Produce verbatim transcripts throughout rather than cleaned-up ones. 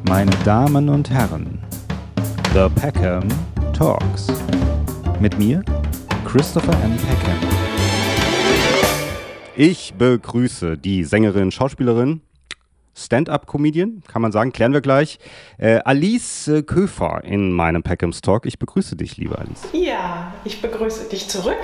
Meine Damen und Herren, The Peckham Talks. Mit mir, Christopher M. Peckham. Ich begrüße die Sängerin, Schauspielerin, Stand-up-Comedian, kann man sagen, klären wir gleich, äh, Alice äh, Köfer in meinem Peckhams Talk. Ich begrüße dich, liebe Alice. Ja, ich begrüße dich zurück.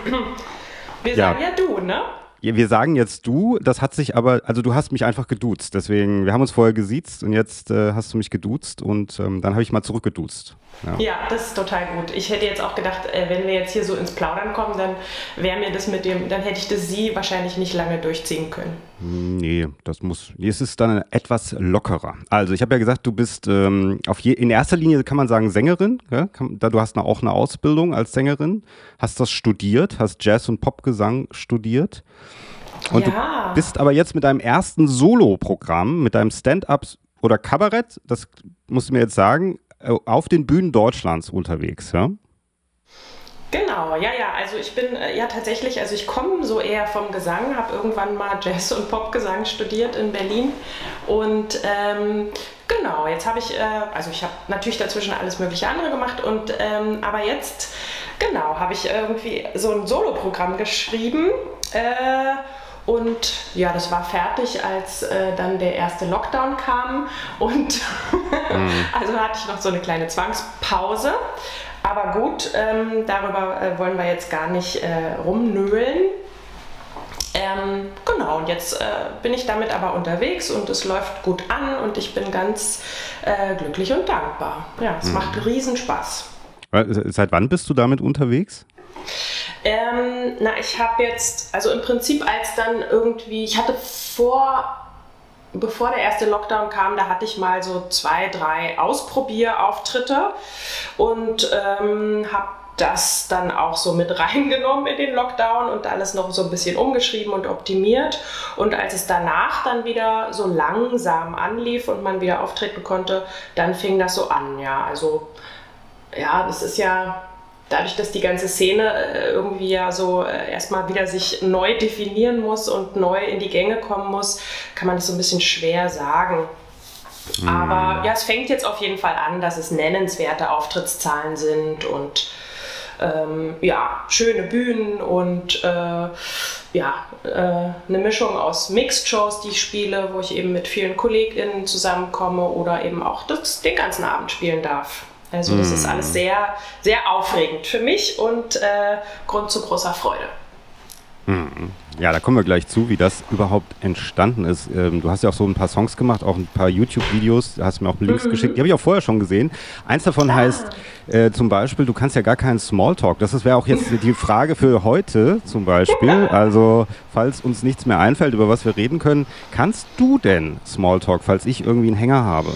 Wir Ja. sagen ja du, ne? Ja, wir sagen jetzt du, das hat sich aber, also du hast mich einfach geduzt, deswegen, wir haben uns vorher gesiezt und jetzt äh, hast du mich geduzt und ähm, dann habe ich mal zurückgeduzt. Ja. Ja, das ist total gut. Ich hätte jetzt auch gedacht, äh, wenn wir jetzt hier so ins Plaudern kommen, dann wäre mir das mit dem, dann hätte ich das Sie wahrscheinlich nicht lange durchziehen können. Nee, das muss, es ist dann etwas lockerer. Also ich habe ja gesagt, du bist ähm, auf je, in erster Linie kann man sagen Sängerin, ja? Kann, da du hast eine, auch eine Ausbildung als Sängerin, hast das studiert, hast Jazz- und Popgesang studiert und Ja. du bist aber jetzt mit deinem ersten Solo-Programm, mit deinem Stand-up oder Kabarett, das musst du mir jetzt sagen, auf den Bühnen Deutschlands unterwegs, ja? Genau, ja, ja, also ich bin äh, ja tatsächlich, also ich komme so eher vom Gesang, habe irgendwann mal Jazz- und Popgesang studiert in Berlin und ähm, genau, jetzt habe ich, äh, also ich habe natürlich dazwischen alles mögliche andere gemacht und ähm, aber jetzt, genau, habe ich irgendwie so ein Soloprogramm geschrieben äh, und ja, das war fertig, als äh, dann der erste Lockdown kam und mhm. also hatte ich noch so eine kleine Zwangspause. Aber gut, ähm, darüber äh, wollen wir jetzt gar nicht äh, rumnölen. Ähm, genau, und jetzt äh, bin ich damit aber unterwegs und es läuft gut an und ich bin ganz äh, glücklich und dankbar. Ja, es mhm. macht riesen Spaß. Seit wann bist du damit unterwegs? Ähm, na, ich habe jetzt, also im Prinzip als dann irgendwie, ich hatte vor... Bevor der erste Lockdown kam, da hatte ich mal so zwei, drei Ausprobierauftritte und ähm, habe das dann auch so mit reingenommen in den Lockdown und alles noch so ein bisschen umgeschrieben und optimiert. Und als es danach dann wieder so langsam anlief und man wieder auftreten konnte, dann fing das so an. Ja, also ja, das ist ja... Dadurch, dass die ganze Szene irgendwie ja so erstmal wieder sich neu definieren muss und neu in die Gänge kommen muss, kann man das so ein bisschen schwer sagen. Mhm. Aber ja, es fängt jetzt auf jeden Fall an, dass es nennenswerte Auftrittszahlen sind und ähm, ja, schöne Bühnen und äh, ja, äh, eine Mischung aus Mixed-Shows, die ich spiele, wo ich eben mit vielen KollegInnen zusammenkomme oder eben auch das, den ganzen Abend spielen darf. Also das ist alles sehr, sehr aufregend für mich und äh, Grund zu großer Freude. Ja, da kommen wir gleich zu, wie das überhaupt entstanden ist. Ähm, du hast ja auch so ein paar Songs gemacht, auch ein paar YouTube-Videos, da hast du mir auch Links mhm. geschickt, die habe ich auch vorher schon gesehen. Eins davon ah. heißt äh, zum Beispiel, du kannst ja gar keinen Smalltalk. Das wäre auch jetzt die Frage für heute zum Beispiel. Also falls uns nichts mehr einfällt, über was wir reden können, kannst du denn Smalltalk, falls ich irgendwie einen Hänger habe?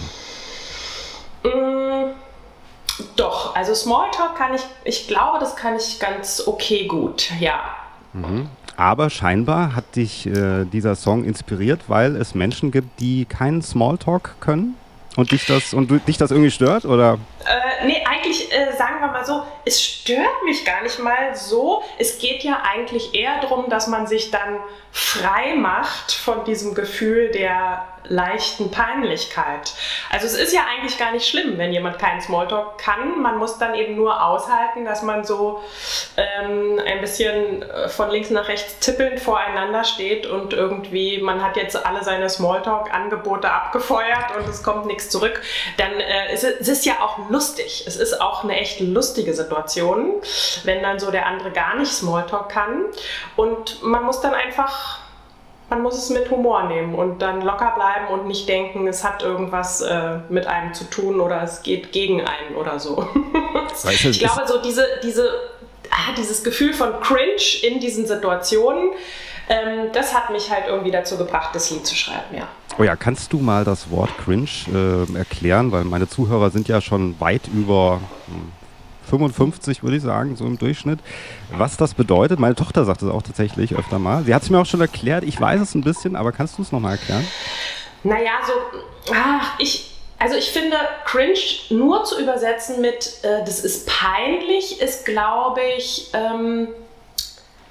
Doch, also Smalltalk kann ich, ich glaube, das kann ich ganz okay gut, ja. Mhm. Aber scheinbar hat dich äh, dieser Song inspiriert, weil es Menschen gibt, die keinen Smalltalk können und dich das, und du, dich das irgendwie stört, oder? Äh, nee, eigentlich äh, sagen wir mal so, es stört mich gar nicht mal so. Es geht ja eigentlich eher darum, dass man sich dann frei macht von diesem Gefühl der leichten Peinlichkeit. Also es ist ja eigentlich gar nicht schlimm, wenn jemand keinen Smalltalk kann. Man muss dann eben nur aushalten, dass man so ähm, ein bisschen von links nach rechts tippelnd voreinander steht und irgendwie, man hat jetzt alle seine Smalltalk-Angebote abgefeuert und es kommt nichts zurück. Dann äh, ist es, es ist ja auch lustig. Es ist auch eine echt lustige Situation, wenn dann so der andere gar nicht Smalltalk kann. Und man muss dann einfach Man muss es mit Humor nehmen und dann locker bleiben und nicht denken, es hat irgendwas äh, mit einem zu tun oder es geht gegen einen oder so. Weißt du, ich glaube, so diese, diese, ah, dieses Gefühl von Cringe in diesen Situationen, ähm, das hat mich halt irgendwie dazu gebracht, das Lied zu schreiben, ja. Oh ja, kannst du mal das Wort Cringe äh, erklären? Weil meine Zuhörer sind ja schon weit über... Hm, fünfundfünfzig, würde ich sagen, so im Durchschnitt. Was das bedeutet, meine Tochter sagt es auch tatsächlich öfter mal. Sie hat es mir auch schon erklärt, ich weiß es ein bisschen, aber kannst du es nochmal erklären? Naja, so, ach, ich, also ich finde, cringe nur zu übersetzen mit, äh, das ist peinlich, ist, glaube ich, ähm,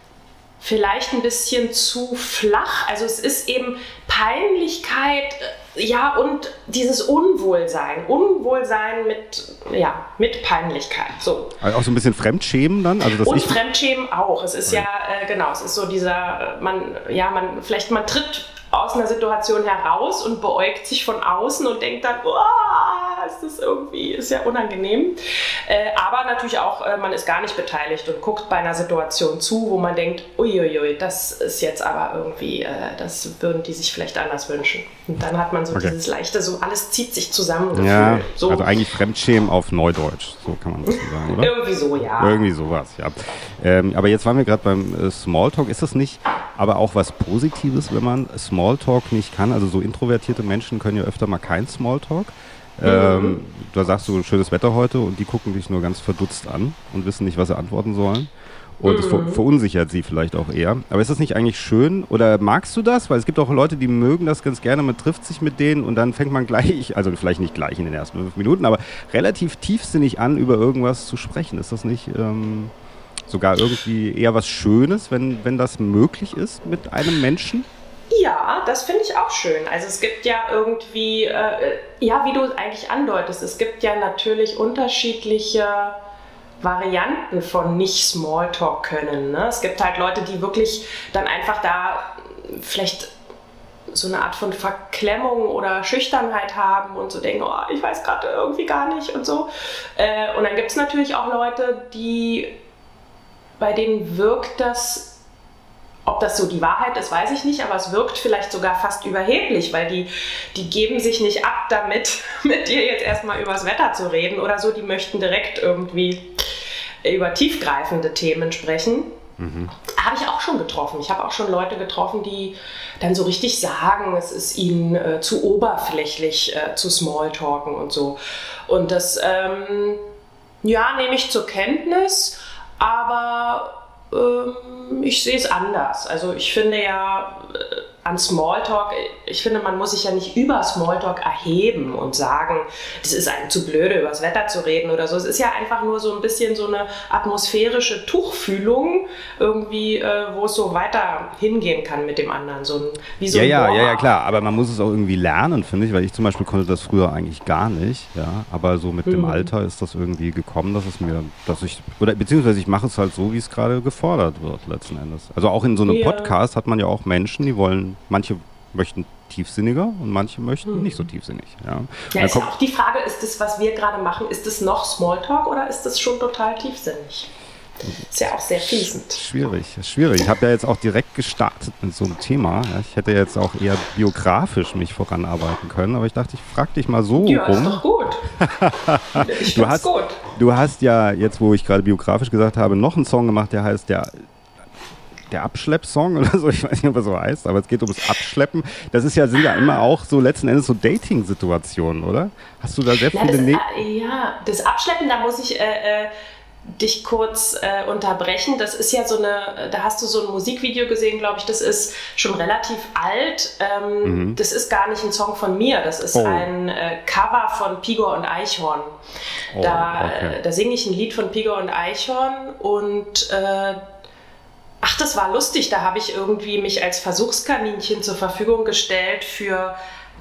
vielleicht ein bisschen zu flach. Also es ist eben Peinlichkeit, ja, und dieses Unwohlsein. Unwohlsein mit, ja, mit Peinlichkeit. So. Also auch so ein bisschen Fremdschämen dann? Also, dass und ich Fremdschämen auch. Es ist okay. ja, äh, genau, es ist so dieser, man, ja, man, vielleicht man tritt aus einer Situation heraus und beäugt sich von außen und denkt dann, oh, ist das irgendwie, ist ja unangenehm. Äh, aber natürlich auch, äh, man ist gar nicht beteiligt und guckt bei einer Situation zu, wo man denkt, uiuiui, das ist jetzt aber irgendwie, äh, das würden die sich vielleicht anders wünschen. Und dann hat man so okay. dieses leichte, so alles zieht sich zusammen. Gefühl. Ja, so. Also eigentlich Fremdschämen auf Neudeutsch, so kann man das so sagen, oder? Irgendwie so, ja. Irgendwie sowas, ja. Ähm, aber jetzt waren wir gerade beim äh, Smalltalk. Ist das nicht aber auch was Positives, wenn man Smalltalk nicht kann? Also so introvertierte Menschen können ja öfter mal kein Smalltalk. Ähm, mhm. Da sagst du, schönes Wetter heute und die gucken dich nur ganz verdutzt an und wissen nicht, was sie antworten sollen. Und das ver- verunsichert sie vielleicht auch eher. Aber ist das nicht eigentlich schön? Oder magst du das? Weil es gibt auch Leute, die mögen das ganz gerne. Man trifft sich mit denen und dann fängt man gleich, also vielleicht nicht gleich in den ersten fünf Minuten, aber relativ tiefsinnig an, über irgendwas zu sprechen. Ist das nicht ähm, sogar irgendwie eher was Schönes, wenn, wenn das möglich ist mit einem Menschen? Ja, das finde ich auch schön. Also es gibt ja irgendwie, äh, ja, wie du eigentlich andeutest, es gibt ja natürlich unterschiedliche Varianten von nicht Smalltalk können. Ne? Es gibt halt Leute, die wirklich dann einfach da vielleicht so eine Art von Verklemmung oder Schüchternheit haben und so denken, oh, ich weiß gerade irgendwie gar nicht und so. Äh, und dann gibt es natürlich auch Leute, die, bei denen wirkt das, ob das so die Wahrheit ist, weiß ich nicht, aber es wirkt vielleicht sogar fast überheblich, weil die, die geben sich nicht ab damit, mit dir jetzt erstmal über das Wetter zu reden oder so, die möchten direkt irgendwie über tiefgreifende Themen sprechen. Mhm. Habe ich auch schon getroffen. Ich habe auch schon Leute getroffen, die dann so richtig sagen, es ist ihnen äh, zu oberflächlich äh, zu Smalltalken und so. Und das, ähm, ja, nehme ich zur Kenntnis, aber ähm, ich sehe es anders. Also ich finde ja äh, an Smalltalk, ich finde, man muss sich ja nicht über Smalltalk erheben und sagen, das ist einem zu blöde, über das Wetter zu reden oder so. Es ist ja einfach nur so ein bisschen so eine atmosphärische Tuchfühlung, irgendwie, äh, wo es so weiter hingehen kann mit dem anderen. So ein, wie so ja, ein ja, Bohrer. ja, ja, klar, aber man muss es auch irgendwie lernen, finde ich, weil ich zum Beispiel konnte das früher eigentlich gar nicht, ja, aber so mit mhm. dem Alter ist das irgendwie gekommen, dass es mir, dass ich, oder beziehungsweise ich mache es halt so, wie es gerade gefordert wird, letzten Endes. Also auch in so einem ja. Podcast hat man ja auch Menschen, die wollen, manche möchten tiefsinniger und manche möchten hm. nicht so tiefsinnig. Ja, ja ist ja auch die Frage, ist das, was wir gerade machen, ist das noch Smalltalk oder ist das schon total tiefsinnig? Ist ja auch sehr fließend. Schwierig, schwierig. Ich habe ja jetzt auch direkt gestartet mit so einem Thema. Ja, ich hätte jetzt auch eher biografisch mich voranarbeiten können, aber ich dachte, ich frage dich mal so ja, rum. Ja, ist doch gut. Ich du hast, gut. Du hast ja, jetzt wo ich gerade biografisch gesagt habe, noch einen Song gemacht, der heißt der der Abschlepp-Song oder so, ich weiß nicht, ob er so heißt, aber es geht ums Abschleppen. Das ist ja, sind ja immer auch so letzten Endes so Dating-Situationen, oder? Hast du da sehr ja, viele... Das, ne- äh, ja, das Abschleppen, da muss ich äh, äh, dich kurz äh, unterbrechen. Das ist ja so eine, da hast du so ein Musikvideo gesehen, glaube ich, das ist schon relativ alt. Ähm, mhm. Das ist gar nicht ein Song von mir, das ist oh. ein äh, Cover von Pigor und Eichhorn. Oh, da okay. äh, da singe ich ein Lied von Pigor und Eichhorn und äh, ach, das war lustig, da habe ich irgendwie mich als Versuchskaninchen zur Verfügung gestellt für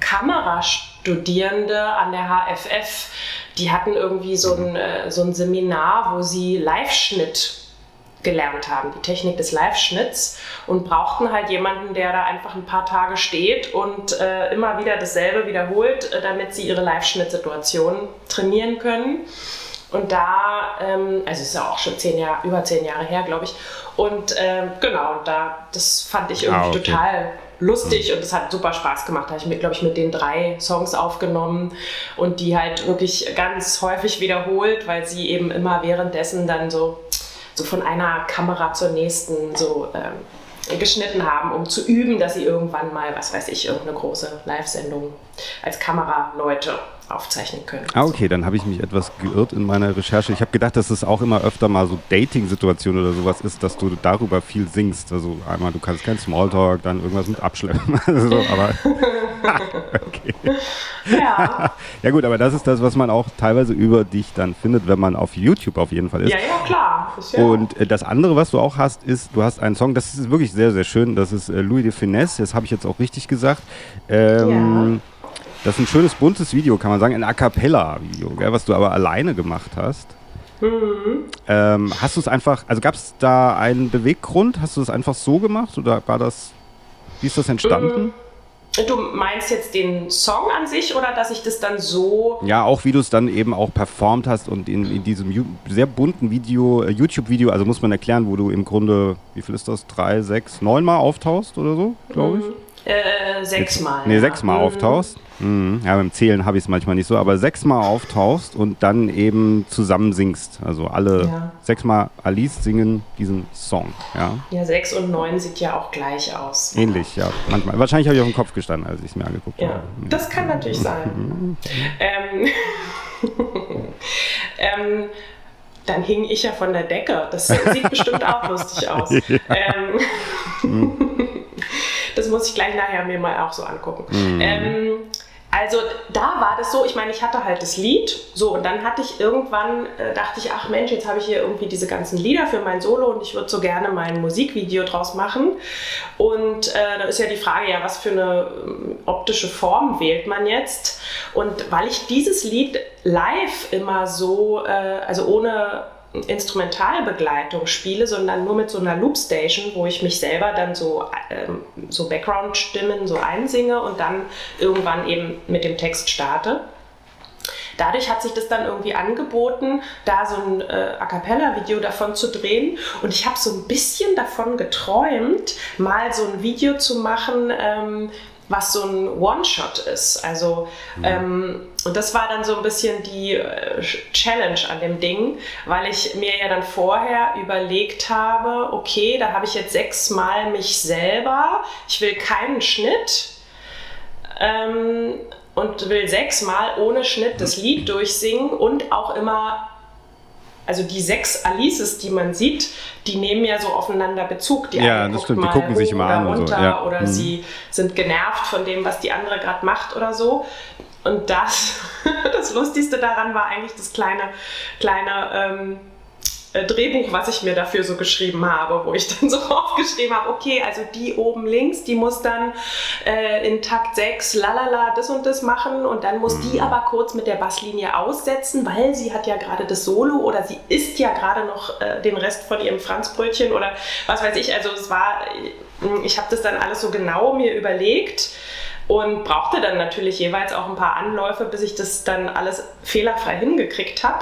Kamerastudierende an der H F F. Die hatten irgendwie so ein, äh, so ein Seminar, wo sie Live-Schnitt gelernt haben, die Technik des Live-Schnitts, und brauchten halt jemanden, der da einfach ein paar Tage steht und äh, immer wieder dasselbe wiederholt, äh, damit sie ihre Live-Schnitt-Situation trainieren können. Und da, ähm, also es ist ja auch schon zehn Jahre, über zehn Jahre her, glaube ich. Und ähm, genau, da, das fand ich irgendwie ah, okay. total lustig und es hat super Spaß gemacht. Da habe ich, mit, glaube ich, mit den drei Songs aufgenommen und die halt wirklich ganz häufig wiederholt, weil sie eben immer währenddessen dann so, so von einer Kamera zur nächsten so ähm, geschnitten haben, um zu üben, dass sie irgendwann mal, was weiß ich, irgendeine große Live-Sendung als Kameraleute aufzeichnen können. Ah, okay, dann habe ich mich etwas geirrt in meiner Recherche. Ich habe gedacht, dass es auch immer öfter mal so Dating-Situationen oder sowas ist, dass du darüber viel singst. Also einmal, du kannst kein Smalltalk, dann irgendwas mit Abschleppen. so, aber okay. Ja. Ja gut, aber das ist das, was man auch teilweise über dich dann findet, wenn man auf YouTube auf jeden Fall ist. Ja, ja, klar. Ist ja Und äh, das andere, was du auch hast, ist, du hast einen Song, das ist wirklich sehr, sehr schön, das ist äh, Louis de Finesse, das habe ich jetzt auch richtig gesagt. Ähm, ja. Das ist ein schönes, buntes Video, kann man sagen, ein A-Cappella-Video, was du aber alleine gemacht hast. Mhm. Ähm, hast du es einfach, also gab es da einen Beweggrund? Hast du es einfach so gemacht oder war das, wie ist das entstanden? Mhm. Du meinst jetzt den Song an sich oder dass ich das dann so... Ja, auch wie du es dann eben auch performt hast und in, in diesem Ju- sehr bunten Video, äh, YouTube-Video, also muss man erklären, wo du im Grunde, wie viel ist das, drei, sechs, neun Mal auftauchst oder so, glaube ich? Mhm. Äh, sechsmal. Nee, ja. sechsmal mhm. auftauchst. Mhm. Ja, beim Zählen habe ich es manchmal nicht so, aber sechsmal auftauchst und dann eben zusammen singst. Also alle ja. sechsmal Alice singen diesen Song. Ja, ja, sechs und neun sieht ja auch gleich aus. Ähnlich, ja. Manchmal. Wahrscheinlich habe ich auf dem Kopf gestanden, als ich es mir angeguckt ja. habe. Das kann natürlich sein. ähm, ähm, dann hing ich ja von der Decke. Das sieht bestimmt auch lustig aus. Ähm, das muss ich gleich nachher mir mal auch so angucken. Mhm. Ähm, also da war das so, ich meine, ich hatte halt das Lied, so und dann hatte ich irgendwann, äh, dachte ich, ach Mensch, jetzt habe ich hier irgendwie diese ganzen Lieder für mein Solo und ich würde so gerne mein Musikvideo draus machen. Und äh, da ist ja die Frage, ja, was für eine ähm, optische Form wählt man jetzt? Und weil ich dieses Lied live immer so, äh, also ohne Instrumentalbegleitung spiele, sondern nur mit so einer Loopstation, wo ich mich selber dann so, ähm, so Background-Stimmen so einsinge und dann irgendwann eben mit dem Text starte. Dadurch hat sich das dann irgendwie angeboten, da so ein äh, A-Cappella-Video davon zu drehen. Und ich habe so ein bisschen davon geträumt, mal so ein Video zu machen, ähm, was so ein One-Shot ist. Also, mhm. ähm, und das war dann so ein bisschen die äh, Challenge an dem Ding, weil ich mir ja dann vorher überlegt habe, okay, da habe ich jetzt sechsmal mich selber, ich will keinen Schnitt ähm, und will sechsmal ohne Schnitt das Lied durchsingen und auch immer, also die sechs Alices, die man sieht, die nehmen ja so aufeinander Bezug. Die ja, das stimmt, die gucken sich immer an und so. Ja. Oder mhm. sie sind genervt von dem, was die andere gerade macht oder so. Und das, das Lustigste daran war eigentlich das kleine, kleine ähm, Drehbuch, was ich mir dafür so geschrieben habe, wo ich dann so aufgeschrieben habe, okay, also die oben links, die muss dann äh, in Takt sechs lalala das und das machen und dann muss die aber kurz mit der Basslinie aussetzen, weil sie hat ja gerade das Solo oder sie isst ja gerade noch äh, den Rest von ihrem Franzbrötchen oder was weiß ich. Also es war, ich habe das dann alles so genau mir überlegt und brauchte dann natürlich jeweils auch ein paar Anläufe, bis ich das dann alles fehlerfrei hingekriegt habe.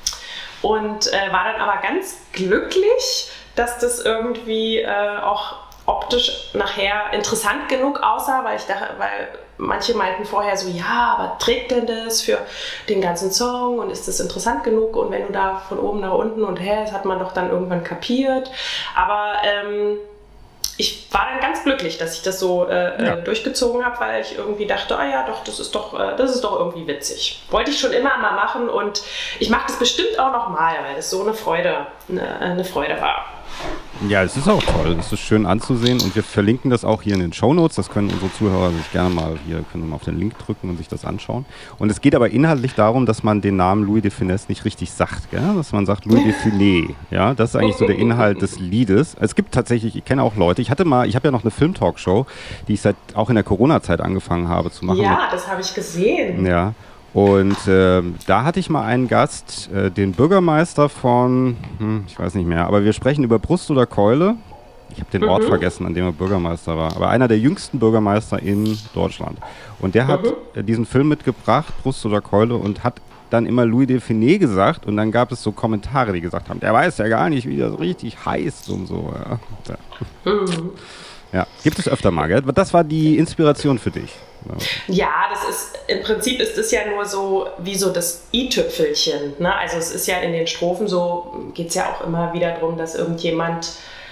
Und äh, war dann aber ganz glücklich, dass das irgendwie äh, auch optisch nachher interessant genug aussah, weil ich dachte, weil manche meinten vorher so, ja, aber trägt denn das für den ganzen Song und ist das interessant genug? Und wenn du da von oben nach unten und her, das hat man doch dann irgendwann kapiert. Aber ähm, ich war dann ganz glücklich, dass ich das so äh, ja. durchgezogen habe, weil ich irgendwie dachte, ah ja, doch, das ist doch, äh, das ist doch irgendwie witzig. Wollte ich schon immer mal machen und ich mache das bestimmt auch noch mal, weil das so eine Freude, eine, eine Freude war. Ja, es ist auch toll. Es ist schön anzusehen und wir verlinken das auch hier in den Shownotes. Das können unsere Zuhörer sich gerne mal, hier können wir auf den Link drücken und sich das anschauen. Und es geht aber inhaltlich darum, dass man den Namen Louis de Funès nicht richtig sagt, gell? Dass man sagt Louis de Funès. Ja, das ist eigentlich so der Inhalt des Liedes. Es gibt tatsächlich, ich kenne auch Leute, ich hatte mal, ich habe ja noch eine Film-Talkshow, die ich seit auch in der Corona-Zeit angefangen habe zu machen. Ja, das habe ich gesehen. Ja. Und äh, da hatte ich mal einen Gast, äh, den Bürgermeister von, hm, ich weiß nicht mehr, aber wir sprechen über Brust oder Keule. Ich habe den mhm. Ort vergessen, an dem er Bürgermeister war. Aber einer der jüngsten Bürgermeister in Deutschland. Und der mhm. hat äh, diesen Film mitgebracht, Brust oder Keule, und hat dann immer Louis de Funès gesagt. Und dann gab es so Kommentare, die gesagt haben, der weiß ja gar nicht, wie das richtig heißt und so. Ja, ja. Mhm. Ja. Gibt es öfter mal, gell? Das war die Inspiration für dich. Ja, das ist, im Prinzip ist es ja nur so wie so das i-Tüpfelchen. Ne? Also es ist ja in den Strophen so, geht es ja auch immer wieder darum, dass irgendjemand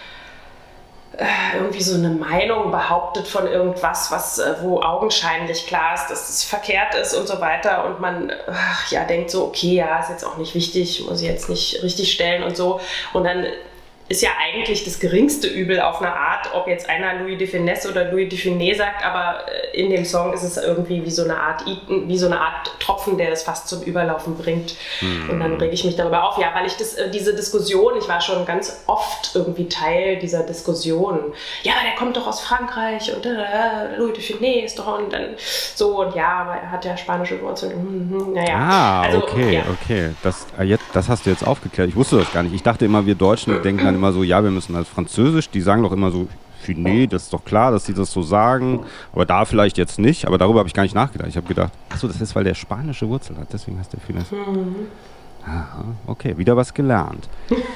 äh, irgendwie so eine Meinung behauptet von irgendwas, was, äh, wo augenscheinlich klar ist, dass es verkehrt ist und so weiter und man äh, ja denkt so, okay, ja, ist jetzt auch nicht wichtig, muss ich jetzt nicht richtig stellen und so. Und dann ist ja eigentlich das geringste Übel auf eine Art, ob jetzt einer Louis de Funès oder Louis de Funès sagt, aber in dem Song ist es irgendwie wie so eine Art, wie so eine Art Tropfen, der das fast zum Überlaufen bringt. Mhm. Und dann rege ich mich darüber auf. Ja, weil ich das, diese Diskussion, ich war schon ganz oft irgendwie Teil dieser Diskussion. Ja, aber der kommt doch aus Frankreich und äh, Louis de Funès ist doch und dann so und ja, aber er hat ja spanische Wurzeln. Mhm, naja. Ah, also, okay, ja. okay. Das, jetzt, das hast du jetzt aufgeklärt. Ich wusste das gar nicht. Ich dachte immer, wir Deutschen denken dann immer so, ja, wir müssen als Französisch, die sagen doch immer so, nee, das ist doch klar, dass sie das so sagen, aber da vielleicht jetzt nicht, aber darüber habe ich gar nicht nachgedacht. Ich habe gedacht, achso, das ist, weil der spanische Wurzel hat, deswegen heißt der Funès. Mhm. Aha, okay, wieder was gelernt.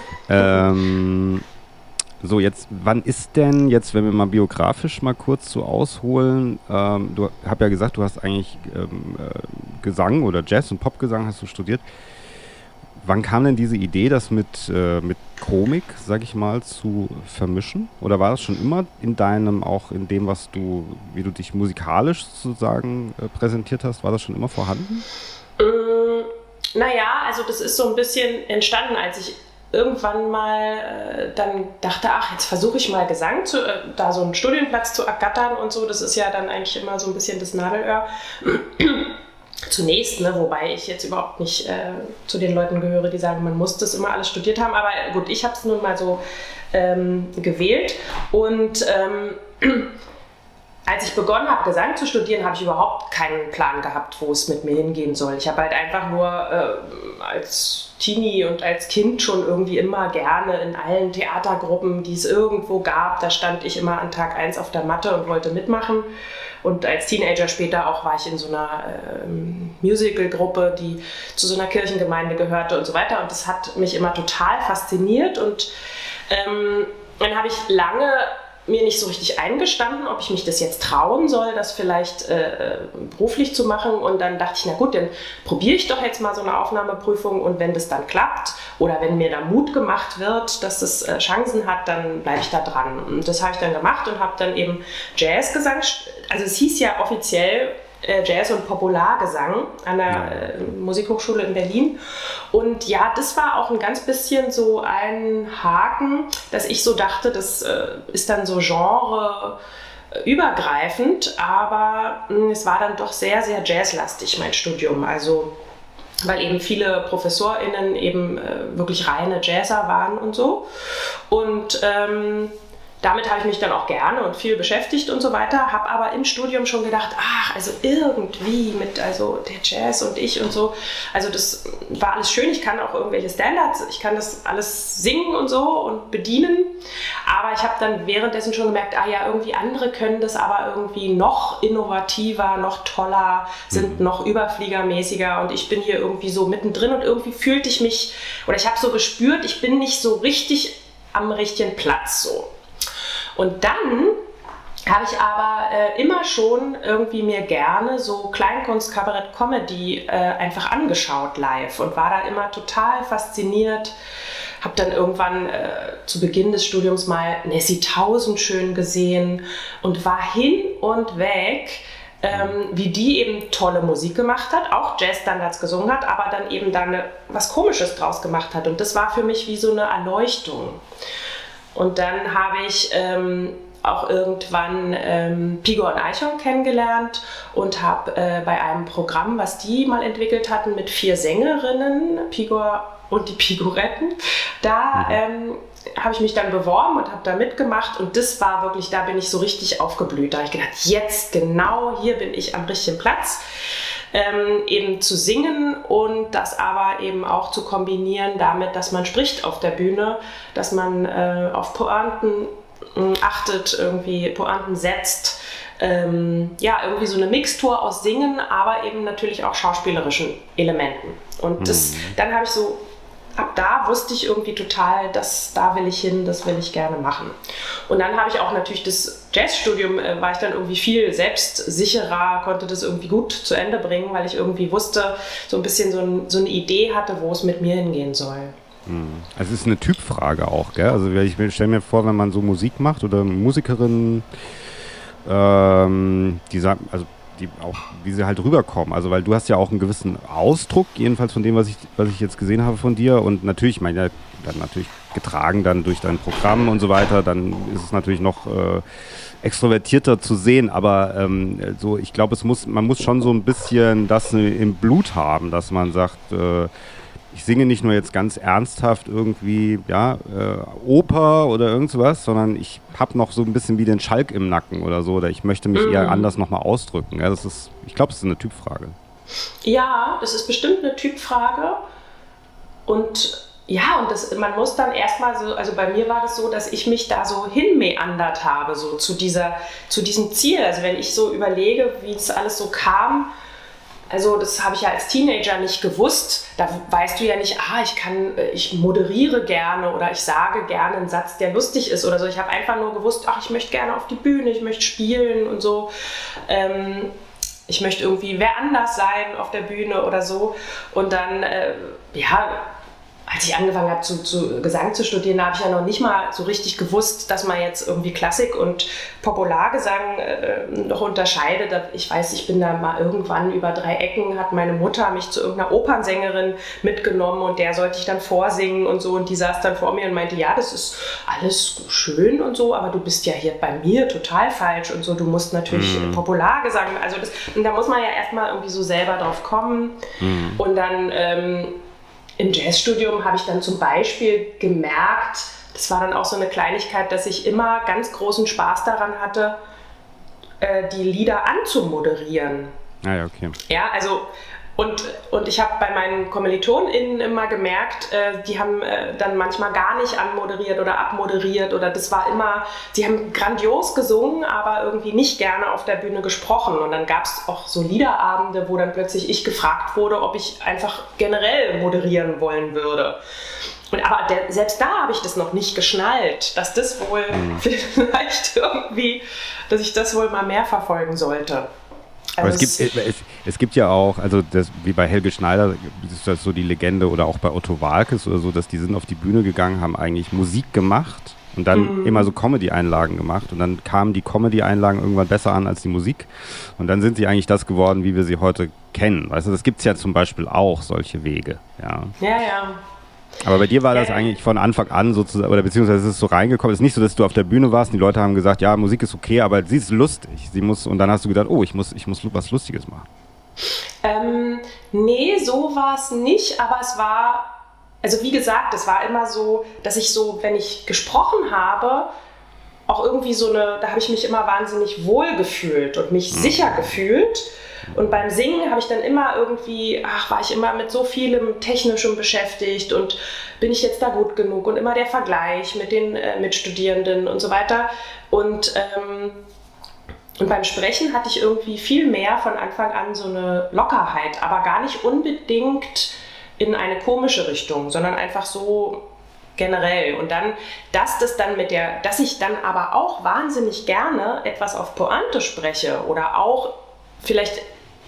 ähm, so, jetzt, wann ist denn, jetzt, wenn wir mal biografisch mal kurz so ausholen, ähm, du hast ja gesagt, du hast eigentlich ähm, äh, Gesang oder Jazz- und Popgesang hast du studiert. Wann kam denn diese Idee, das mit, äh, mit Komik, sag ich mal, zu vermischen? Oder war das schon immer in deinem, auch in dem, was du, wie du dich musikalisch sozusagen äh, präsentiert hast, war das schon immer vorhanden? Ähm, naja, also das ist so ein bisschen entstanden, als ich irgendwann mal äh, dann dachte, ach, jetzt versuche ich mal Gesang, zu, äh, da so einen Studienplatz zu ergattern und so. Das ist ja dann eigentlich immer so ein bisschen das Nadelöhr. Zunächst, ne, wobei ich jetzt überhaupt nicht äh, zu den Leuten gehöre, die sagen, man muss das immer alles studiert haben. Aber gut, ich habe es nun mal so ähm, gewählt. Und ähm, als ich begonnen habe, Gesang zu studieren, habe ich überhaupt keinen Plan gehabt, wo es mit mir hingehen soll. Ich habe halt einfach nur äh, als Teenie und als Kind schon irgendwie immer gerne in allen Theatergruppen, die es irgendwo gab, da stand ich immer an Tag eins auf der Matte und wollte mitmachen. Und als Teenager später auch war ich in so einer ähm, Musical-Gruppe, die zu so einer Kirchengemeinde gehörte und so weiter. Und das hat mich immer total fasziniert. Und ähm, dann habe ich lange mir nicht so richtig eingestanden, ob ich mich das jetzt trauen soll, das vielleicht äh, beruflich zu machen. Und dann dachte ich, na gut, dann probiere ich doch jetzt mal so eine Aufnahmeprüfung und wenn das dann klappt oder wenn mir da Mut gemacht wird, dass das äh, Chancen hat, dann bleibe ich da dran. Und das habe ich dann gemacht und habe dann eben Jazzgesang, also es hieß ja offiziell äh, Jazz- und Populargesang an der äh, Musikhochschule in Berlin. Und ja, das war auch ein ganz bisschen so ein Haken, dass ich so dachte, das äh, ist dann so genreübergreifend, aber mh, es war dann doch sehr, sehr jazzlastig, mein Studium. Also weil eben viele ProfessorInnen eben äh, wirklich reine Jazzer waren und so. Und ähm, damit habe ich mich dann auch gerne und viel beschäftigt und so weiter, habe aber im Studium schon gedacht, ach, also irgendwie mit also der Jazz und ich und so, also das war alles schön, ich kann auch irgendwelche Standards, ich kann das alles singen und so und bedienen, aber ich habe dann währenddessen schon gemerkt, ah ja, irgendwie andere können das aber irgendwie noch innovativer, noch toller, sind mhm. noch überfliegermäßiger und ich bin hier irgendwie so mittendrin und irgendwie fühlte ich mich, oder ich habe so gespürt, ich bin nicht so richtig am richtigen Platz so. Und dann habe ich aber äh, immer schon irgendwie mir gerne so Kleinkunst, Kabarett, Comedy äh, einfach angeschaut live und war da immer total fasziniert. Habe dann irgendwann äh, zu Beginn des Studiums mal Nessie Tausendschön gesehen und war hin und weg, ähm, wie die eben tolle Musik gemacht hat, auch Jazzstandards gesungen hat, aber dann eben da ne, was Komisches draus gemacht hat. Und das war für mich wie so eine Erleuchtung. Und dann habe ich ähm, auch irgendwann ähm, Pigor und Eichhorn kennengelernt und habe äh, bei einem Programm, was die mal entwickelt hatten mit vier Sängerinnen, Pigor und die Pigoretten, da ähm, habe ich mich dann beworben und habe da mitgemacht und das war wirklich, da bin ich so richtig aufgeblüht. Da habe ich gedacht, jetzt genau hier bin ich am richtigen Platz. Ähm, eben zu singen und das aber eben auch zu kombinieren damit, dass man spricht auf der Bühne, dass man äh, auf Pointen äh, achtet, irgendwie Pointen setzt. Ähm, ja, irgendwie so eine Mixtur aus Singen, aber eben natürlich auch schauspielerischen Elementen. Und das, mhm. dann habe ich so, ab da wusste ich irgendwie total, dass da will ich hin, das will ich gerne machen. Und dann habe ich auch natürlich das Jazzstudium, äh, war ich dann irgendwie viel selbstsicherer, konnte das irgendwie gut zu Ende bringen, weil ich irgendwie wusste, so ein bisschen so, ein, so eine Idee hatte, wo es mit mir hingehen soll. Also es ist eine Typfrage auch, gell? Also ich stelle mir vor, wenn man so Musik macht oder Musikerinnen, ähm, die sagen, also die auch, wie sie halt rüberkommen. Also weil du hast ja auch einen gewissen Ausdruck, jedenfalls von dem, was ich, was ich jetzt gesehen habe von dir. Und natürlich, ich meine, ja, dann natürlich getragen dann durch dein Programm und so weiter, dann ist es natürlich noch äh, extrovertierter zu sehen. Aber ähm, so, ich glaube, es muss, man muss schon so ein bisschen das im Blut haben, dass man sagt, äh, ich singe nicht nur jetzt ganz ernsthaft irgendwie, ja, äh, Oper oder irgendwas, sondern ich habe noch so ein bisschen wie den Schalk im Nacken oder so, oder ich möchte mich mhm. eher anders nochmal ausdrücken. Ja, das ist, ich glaube, es ist eine Typfrage. Ja, das ist bestimmt eine Typfrage. Und ja, und das, man muss dann erstmal so, also bei mir war das so, dass ich mich da so hinmeandert habe, so zu dieser, zu diesem Ziel. Also wenn ich so überlege, wie es alles so kam, also das habe ich ja als Teenager nicht gewusst. Da weißt du ja nicht, ah, ich kann, ich moderiere gerne oder ich sage gerne einen Satz, der lustig ist oder so. Ich habe einfach nur gewusst, ach, ich möchte gerne auf die Bühne, ich möchte spielen und so. Ähm, ich möchte irgendwie wer anders sein auf der Bühne oder so. Und dann, äh, ja, als ich angefangen habe, zu, zu Gesang zu studieren, da habe ich ja noch nicht mal so richtig gewusst, dass man jetzt irgendwie Klassik und Populargesang äh, noch unterscheidet. Ich weiß, ich bin da mal irgendwann über drei Ecken, hat meine Mutter mich zu irgendeiner Opernsängerin mitgenommen und der sollte ich dann vorsingen und so. Und die saß dann vor mir und meinte, ja, das ist alles schön und so, aber du bist ja hier bei mir total falsch und so. Du musst natürlich mhm. Populargesang, also das, und da muss man ja erstmal irgendwie so selber drauf kommen. Mhm. Und dann ähm, im Jazzstudium habe ich dann zum Beispiel gemerkt, das war dann auch so eine Kleinigkeit, dass ich immer ganz großen Spaß daran hatte, äh, die Lieder anzumoderieren. Ah ja, okay. Ja, also und, und ich habe bei meinen KommilitonInnen immer gemerkt, äh, die haben äh, dann manchmal gar nicht anmoderiert oder abmoderiert oder das war immer, sie haben grandios gesungen, aber irgendwie nicht gerne auf der Bühne gesprochen. Und dann gab es auch so Liederabende, wo dann plötzlich ich gefragt wurde, ob ich einfach generell moderieren wollen würde. Und aber der, selbst da habe ich das noch nicht geschnallt, dass das wohl mhm. vielleicht irgendwie, dass ich das wohl mal mehr verfolgen sollte. Aber es gibt, es, es gibt ja auch, also das, wie bei Helge Schneider ist das so die Legende oder auch bei Otto Waalkes oder so, dass die sind auf die Bühne gegangen, haben eigentlich Musik gemacht und dann mhm. immer so Comedy-Einlagen gemacht und dann kamen die Comedy-Einlagen irgendwann besser an als die Musik und dann sind sie eigentlich das geworden, wie wir sie heute kennen. Weißt du, das gibt es ja zum Beispiel auch, solche Wege. Ja, ja. ja. Aber bei dir war das eigentlich von Anfang an sozusagen, oder beziehungsweise ist es so reingekommen. Es ist nicht so, dass du auf der Bühne warst und die Leute haben gesagt, ja, Musik ist okay, aber sie ist lustig. Sie muss, und dann hast du gedacht, oh, ich muss, ich muss was Lustiges machen. Ähm, nee, so war es nicht, aber es war, also wie gesagt, es war immer so, dass ich so, wenn ich gesprochen habe, auch irgendwie so eine, da habe ich mich immer wahnsinnig wohl gefühlt und mich mhm. sicher gefühlt. Und beim Singen habe ich dann immer irgendwie, ach, war ich immer mit so vielem Technischem beschäftigt und bin ich jetzt da gut genug und immer der Vergleich mit den äh, Mitstudierenden und so weiter. Und, ähm, und beim Sprechen hatte ich irgendwie viel mehr von Anfang an so eine Lockerheit, aber gar nicht unbedingt in eine komische Richtung, sondern einfach so generell. Und dann, dass das dann mit der, dass ich dann aber auch wahnsinnig gerne etwas auf Pointe spreche oder auch vielleicht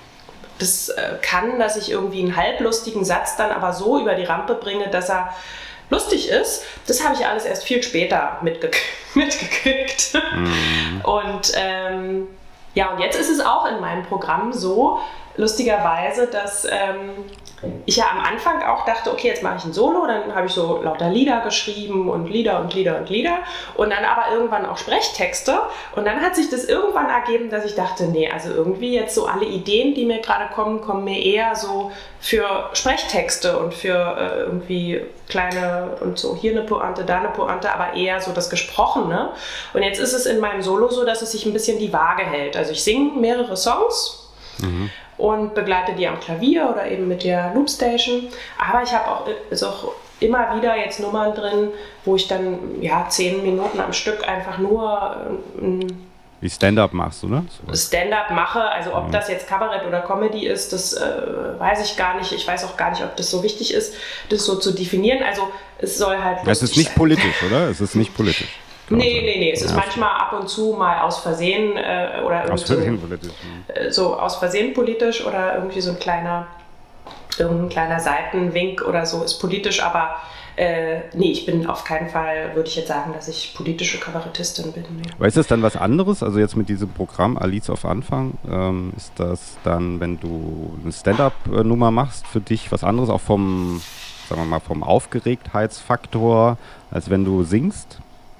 das äh, kann, dass ich irgendwie einen halblustigen Satz dann aber so über die Rampe bringe, dass er lustig ist, das habe ich alles erst viel später mitge- mitgekriegt. Mhm. Und ähm, ja, und jetzt ist es auch in meinem Programm so, lustigerweise, dass ähm, ich ja am Anfang auch dachte, okay, jetzt mache ich ein Solo, dann habe ich so lauter Lieder geschrieben und Lieder und Lieder und Lieder und dann aber irgendwann auch Sprechtexte und dann hat sich das irgendwann ergeben, dass ich dachte, nee, also irgendwie jetzt so alle Ideen, die mir gerade kommen, kommen mir eher so für Sprechtexte und für äh, irgendwie kleine und so hier eine Pointe, da eine Pointe, aber eher so das Gesprochene. Und jetzt ist es in meinem Solo so, dass es sich ein bisschen die Waage hält. Also ich singe mehrere Songs mhm. und begleite die am Klavier oder eben mit der Loopstation. Aber ich habe auch, ist auch immer wieder jetzt Nummern drin, wo ich dann ja zehn Minuten am Stück einfach nur ein wie Stand-up machst du, ne? Stand-up mache, also ob ja. das jetzt Kabarett oder Comedy ist, das äh, weiß ich gar nicht. Ich weiß auch gar nicht, ob das so wichtig ist, das so zu definieren. Also es soll halt es ist nicht sein. Politisch, oder? Es ist nicht politisch. Nee, nee, nee. Es ja. ist manchmal ab und zu mal aus Versehen äh, oder aus Versehen so, politisch. Äh, so aus Versehen politisch oder irgendwie so ein kleiner irgendein kleiner Seitenwink oder so ist politisch, aber Äh, nee, ich bin auf keinen Fall, würde ich jetzt sagen, dass ich politische Kabarettistin bin. Nee. Aber ist das dann was anderes? Also jetzt mit diesem Programm Alice auf Anfang, ähm, ist das dann, wenn du eine Stand-up-Nummer machst, für dich was anderes, auch vom, sagen wir mal, vom Aufgeregtheitsfaktor, als wenn du singst?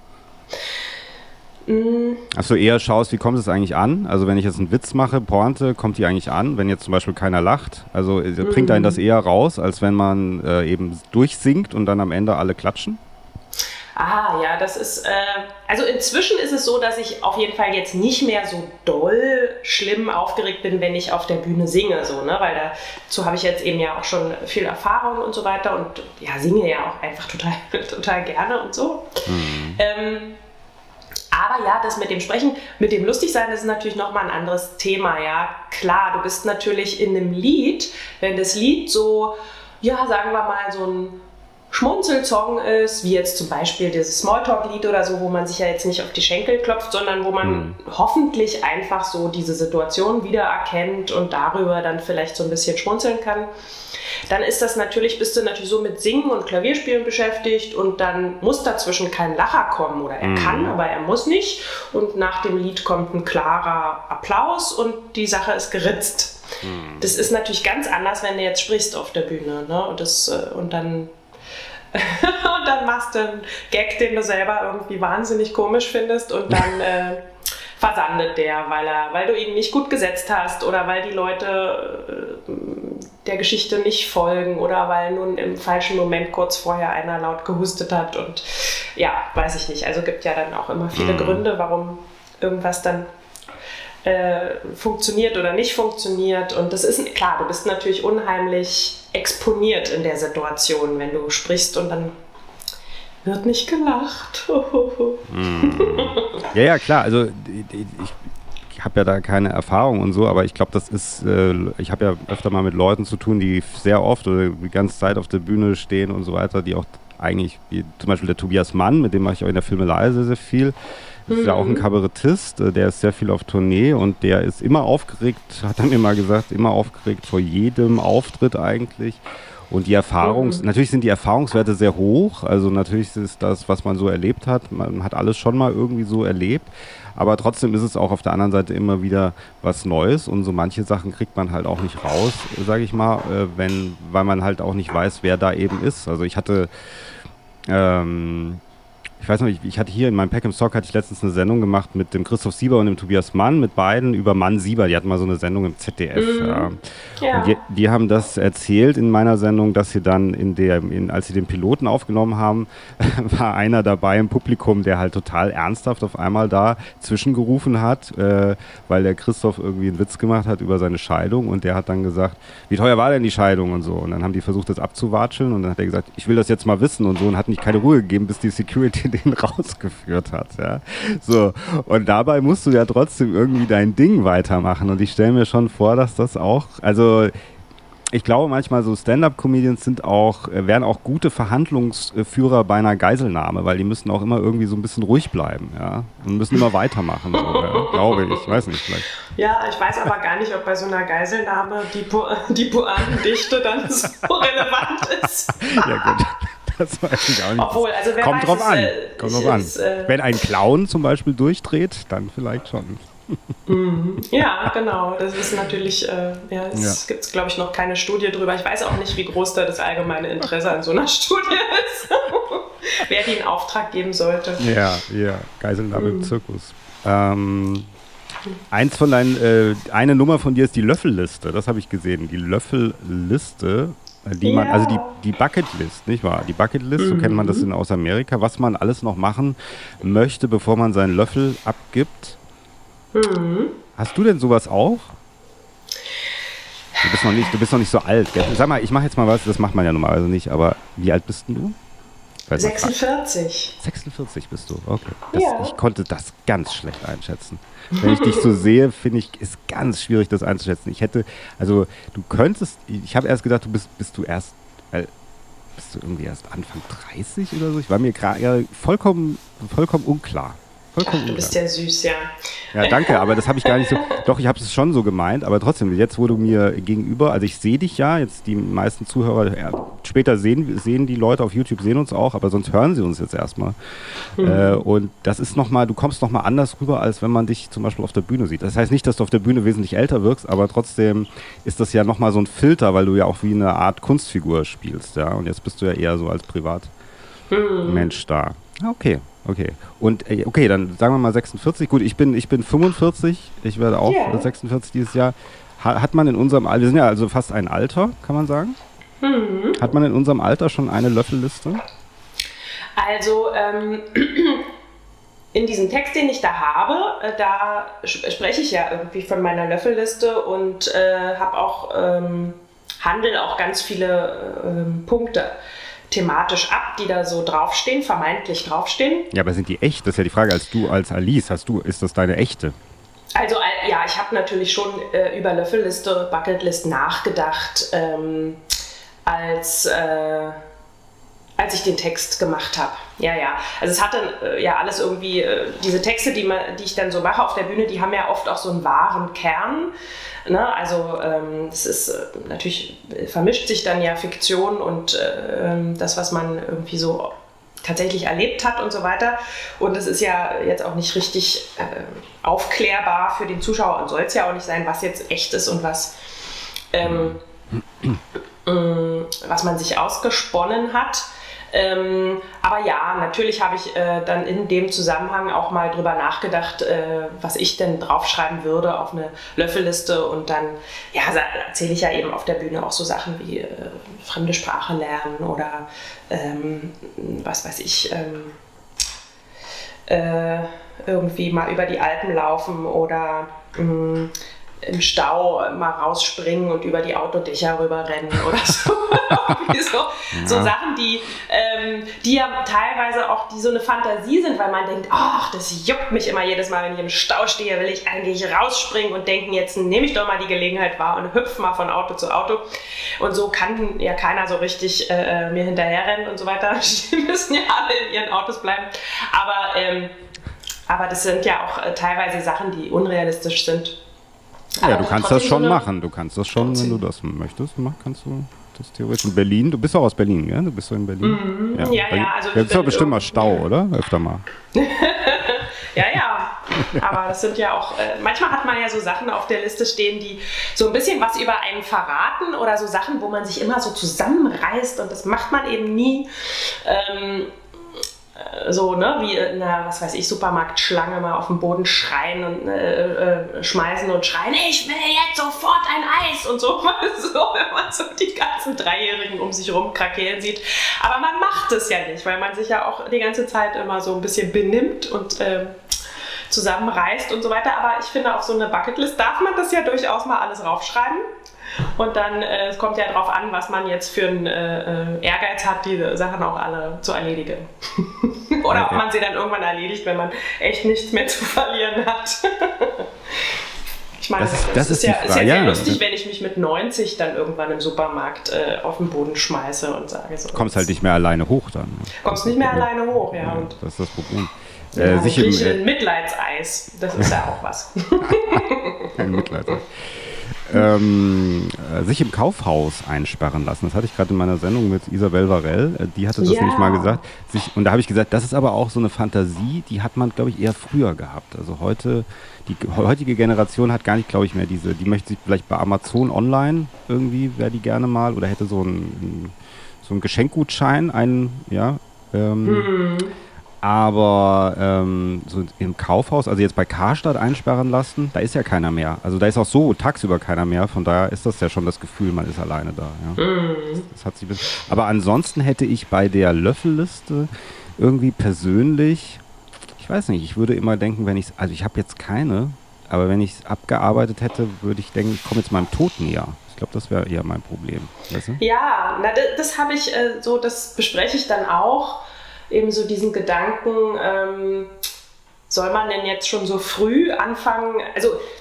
Achso, eher schaust, wie kommt es eigentlich an? Also wenn ich jetzt einen Witz mache, Pointe, kommt die eigentlich an, wenn jetzt zum Beispiel keiner lacht? Also mm. bringt einen das eher raus, als wenn man äh, eben durchsingt und dann am Ende alle klatschen? Ah, ja, das ist, äh, also inzwischen ist es so, dass ich auf jeden Fall jetzt nicht mehr so doll schlimm aufgeregt bin, wenn ich auf der Bühne singe, so, ne, weil dazu habe ich jetzt eben ja auch schon viel Erfahrung und so weiter und ja, singe ja auch einfach total, total gerne und so. Mm. Ähm, Aber ja, das mit dem Sprechen, mit dem Lustigsein, das ist natürlich nochmal ein anderes Thema, ja. Klar, du bist natürlich in einem Lied, wenn das Lied so, ja, sagen wir mal, so ein Schmunzelsong ist, wie jetzt zum Beispiel dieses Smalltalk-Lied oder so, wo man sich ja jetzt nicht auf die Schenkel klopft, sondern wo man mhm. hoffentlich einfach so diese Situation wiedererkennt und darüber dann vielleicht so ein bisschen schmunzeln kann. Dann ist das natürlich, bist du natürlich so mit Singen und Klavierspielen beschäftigt und dann muss dazwischen kein Lacher kommen oder er mhm. kann, aber er muss nicht und nach dem Lied kommt ein klarer Applaus und die Sache ist geritzt. Mhm. Das ist natürlich ganz anders, wenn du jetzt sprichst auf der Bühne, ne? Und, das, und dann und dann machst du einen Gag, den du selber irgendwie wahnsinnig komisch findest und dann äh, versandet der, weil, er, weil du ihn nicht gut gesetzt hast oder weil die Leute äh, der Geschichte nicht folgen oder weil nun im falschen Moment kurz vorher einer laut gehustet hat und ja, weiß ich nicht. Also gibt ja dann auch immer viele mhm. Gründe, warum irgendwas dann äh, funktioniert oder nicht funktioniert und das ist, klar, du bist natürlich unheimlich exponiert in der Situation, wenn du sprichst und dann wird nicht gelacht. mm. Ja, ja, klar, also ich, ich habe ja da keine Erfahrung und so, aber ich glaube, das ist, äh, ich habe ja öfter mal mit Leuten zu tun, die sehr oft oder die ganze Zeit auf der Bühne stehen und so weiter, die auch eigentlich, wie zum Beispiel der Tobias Mann, mit dem mache ich auch in der Filmelei sehr, sehr viel. Das ist ja auch ein Kabarettist, der ist sehr viel auf Tournee und der ist immer aufgeregt, hat er mir mal gesagt, immer aufgeregt vor jedem Auftritt eigentlich. Und die Erfahrungs-, mhm. natürlich sind die Erfahrungswerte sehr hoch, also natürlich ist das, was man so erlebt hat, man hat alles schon mal irgendwie so erlebt, aber trotzdem ist es auch auf der anderen Seite immer wieder was Neues und so manche Sachen kriegt man halt auch nicht raus, sage ich mal, wenn, weil man halt auch nicht weiß, wer da eben ist. Also ich hatte, ähm, ich weiß noch, ich, ich hatte hier in meinem Pack im Stock hatte ich letztens eine Sendung gemacht mit dem Christoph Sieber und dem Tobias Mann, mit beiden über Mann Sieber. Die hatten mal so eine Sendung im Z D F. Mhm. Ja. Ja. Und die, die haben das erzählt in meiner Sendung, dass sie dann, in der, in, als sie den Piloten aufgenommen haben, war einer dabei im Publikum, der halt total ernsthaft auf einmal da zwischengerufen hat, äh, weil der Christoph irgendwie einen Witz gemacht hat über seine Scheidung und der hat dann gesagt, wie teuer war denn die Scheidung und so. Und dann haben die versucht, das abzuwatscheln und dann hat er gesagt, ich will das jetzt mal wissen und so und hat nicht keine Ruhe gegeben, bis die Security den rausgeführt hat, ja. So, und dabei musst du ja trotzdem irgendwie dein Ding weitermachen und ich stelle mir schon vor, dass das auch, also ich glaube manchmal so Stand-Up-Comedians sind auch, wären auch gute Verhandlungsführer bei einer Geiselnahme, weil die müssen auch immer irgendwie so ein bisschen ruhig bleiben, ja, und müssen immer weitermachen, so, ja, glaube ich, ich weiß nicht, vielleicht. Ja, ich weiß aber gar nicht, ob bei so einer Geiselnahme die, po- die Pointendichte dann so relevant ist. Ja, gut. Das weiß ich auch nicht. Obwohl, also wer Kommt weiß, drauf es, an. Äh, Kommt drauf an. Ist, äh, Wenn ein Clown zum Beispiel durchdreht, dann vielleicht schon. Ja, genau. Das ist natürlich, äh, ja, es ja. gibt, glaube ich, noch keine Studie drüber. Ich weiß auch nicht, wie groß da das allgemeine Interesse an so einer Studie ist. Wer die in Auftrag geben sollte. Ja, ja. Geiselnahme mhm. im Zirkus. Ähm, eins von deinen, äh, eine Nummer von dir ist die Löffelliste. Das habe ich gesehen. Die Löffelliste. Die man, ja. Also die, die Bucketlist, nicht wahr? Die Bucketlist, mhm. so kennt man das in, aus Amerika, was man alles noch machen möchte, bevor man seinen Löffel abgibt. Mhm. Hast du denn sowas auch? Du bist noch nicht, du bist noch nicht so alt, gell? Sag mal, ich mache jetzt mal was, das macht man ja normalerweise nicht, aber wie alt bist denn du? sechsundvierzig. sechsundvierzig bist du, okay. Das, ja. Ich konnte das ganz schlecht einschätzen. Wenn ich dich so sehe, finde ich, ist ganz schwierig, das einzuschätzen. Ich hätte, also du könntest, ich habe erst gedacht, du bist, bist du erst, äh, bist du irgendwie erst Anfang dreißig oder so? Ich war mir gerade ja, vollkommen, vollkommen unklar. Vollkommen Ach, du bist unfair. ja süß, ja. Ja, danke, aber das habe ich gar nicht so. Doch, ich habe es schon so gemeint, aber trotzdem, jetzt wo du mir gegenüber, also ich sehe dich ja, jetzt die meisten Zuhörer, ja, später sehen, sehen die Leute auf YouTube, sehen uns auch, aber sonst hören sie uns jetzt erstmal. Mhm. Äh, und das ist nochmal, du kommst nochmal anders rüber, als wenn man dich zum Beispiel auf der Bühne sieht. Das heißt nicht, dass du auf der Bühne wesentlich älter wirkst, aber trotzdem ist das ja nochmal so ein Filter, weil du ja auch wie eine Art Kunstfigur spielst, ja. Und jetzt bist du ja eher so als Privatmensch mhm. da. Okay. Okay. Und äh, okay, dann sagen wir mal sechsundvierzig. Gut, ich bin, ich bin fünfundvierzig. Ich werde auch yeah. sechsundvierzig dieses Jahr. Ha, hat man in unserem Alter, wir sind ja also fast ein Alter, kann man sagen. Mhm. Hat man in unserem Alter schon eine Löffelliste? Also ähm, in diesem Text, den ich da habe, äh, da spreche ich ja irgendwie von meiner Löffelliste und äh, habe auch ähm, handle auch ganz viele äh, Punkte thematisch ab, die da so draufstehen, vermeintlich draufstehen. Ja, aber sind die echt? Das ist ja die Frage, als du als Alice, hast du, ist das deine echte? Also ja, ich habe natürlich schon äh, über Löffelliste, Bucketlist nachgedacht, ähm, als, äh, als ich den Text gemacht habe. Ja, ja. Also es hat dann äh, ja alles irgendwie, äh, diese Texte, die, man, die ich dann so mache auf der Bühne, die haben ja oft auch so einen wahren Kern. Ne? Also ähm, es ist äh, natürlich, äh, vermischt sich dann ja Fiktion und äh, das, was man irgendwie so tatsächlich erlebt hat und so weiter. Und es ist ja jetzt auch nicht richtig äh, aufklärbar für den Zuschauer und soll es ja auch nicht sein, was jetzt echt ist und was, ähm, äh, was man sich ausgesponnen hat. Ähm, aber ja, natürlich habe ich äh, dann in dem Zusammenhang auch mal drüber nachgedacht, äh, was ich denn draufschreiben würde auf eine Löffelliste und dann ja, erzähle ich ja eben auf der Bühne auch so Sachen wie äh, fremde Sprache lernen oder ähm, was weiß ich, ähm, äh, irgendwie mal über die Alpen laufen oder mh, im Stau mal rausspringen und über die Autodächer rüberrennen oder so. so, ja. so Sachen, die, ähm, die ja teilweise auch die so eine Fantasie sind, weil man denkt, ach, das juckt mich immer jedes Mal, wenn ich im Stau stehe, will ich eigentlich rausspringen und denken, jetzt nehme ich doch mal die Gelegenheit wahr und hüpfe mal von Auto zu Auto. Und so kann ja keiner so richtig äh, mir hinterherrennen und so weiter. Die müssen ja alle in ihren Autos bleiben. Aber, ähm, aber das sind ja auch äh, teilweise Sachen, die unrealistisch sind. Ja, du kannst das schon so machen. Du kannst das schon, wenn du das möchtest, kannst du das theoretisch. In Berlin, du bist auch aus Berlin, gell? Du bist so in Berlin. Mhm. Ja, ja, Berlin. ja. Also da ist doch bestimmt mal Stau, oder? Öfter mal. ja, ja. Aber das sind ja auch, äh, manchmal hat man ja so Sachen auf der Liste stehen, die so ein bisschen was über einen verraten oder so Sachen, wo man sich immer so zusammenreißt und das macht man eben nie. Ähm, So, ne, wie in einer, was weiß ich, Supermarktschlange mal auf den Boden schreien und äh, äh, schmeißen und schreien, ich will jetzt sofort ein Eis und so, so, wenn man so die ganzen Dreijährigen um sich rum krakeelen sieht. Aber man macht es ja nicht, weil man sich ja auch die ganze Zeit immer so ein bisschen benimmt und äh, zusammenreißt und so weiter. Aber ich finde, auf so eine Bucketlist darf man das ja durchaus mal alles raufschreiben. Und dann äh, es kommt ja darauf an, was man jetzt für einen äh, Ehrgeiz hat, diese Sachen auch alle zu erledigen. Oder ob man sie dann irgendwann erledigt, wenn man echt nichts mehr zu verlieren hat. Ich meine, das, das, das ist, ist, ja, ist ja sehr lustig, wenn ich mich mit neunzig dann irgendwann im Supermarkt äh, auf den Boden schmeiße und sage so. Du kommst halt nicht mehr alleine hoch dann. Kommst nicht mehr alleine hoch, ja. ja und das ist das Problem. Ja, äh, sich im, äh, ein Mitleidseis, das ist ja auch was. Ein Mitleidseis. Ähm, äh, sich im Kaufhaus einsperren lassen. Das hatte ich gerade in meiner Sendung mit Isabel Varell. Äh, die hatte das yeah. nämlich mal gesagt. Sich, und da habe ich gesagt, das ist aber auch so eine Fantasie, die hat man, glaube ich, eher früher gehabt. Also heute, die heutige Generation hat gar nicht, glaube ich, mehr diese, die möchte sich vielleicht bei Amazon online irgendwie, wäre die gerne mal, oder hätte so einen, so einen Geschenkgutschein, einen, ja, ähm, hm. Aber ähm, so im Kaufhaus, also jetzt bei Karstadt einsperren lassen, da ist ja keiner mehr. Also da ist auch so tagsüber keiner mehr. Von daher ist das ja schon das Gefühl, man ist alleine da. Ja. Mm. Das, das hat sie aber ansonsten hätte ich bei der Löffelliste irgendwie persönlich, ich weiß nicht, ich würde immer denken, wenn ich es, also ich habe jetzt keine, aber wenn ich es abgearbeitet hätte, würde ich denken, ich komme jetzt meinem Tod näher. Ich glaube, das wäre eher mein Problem. Weißt du? Ja, na, das, das habe ich äh, so, das bespreche ich dann auch. Eben so diesen Gedanken, ähm, soll man denn jetzt schon so früh anfangen, also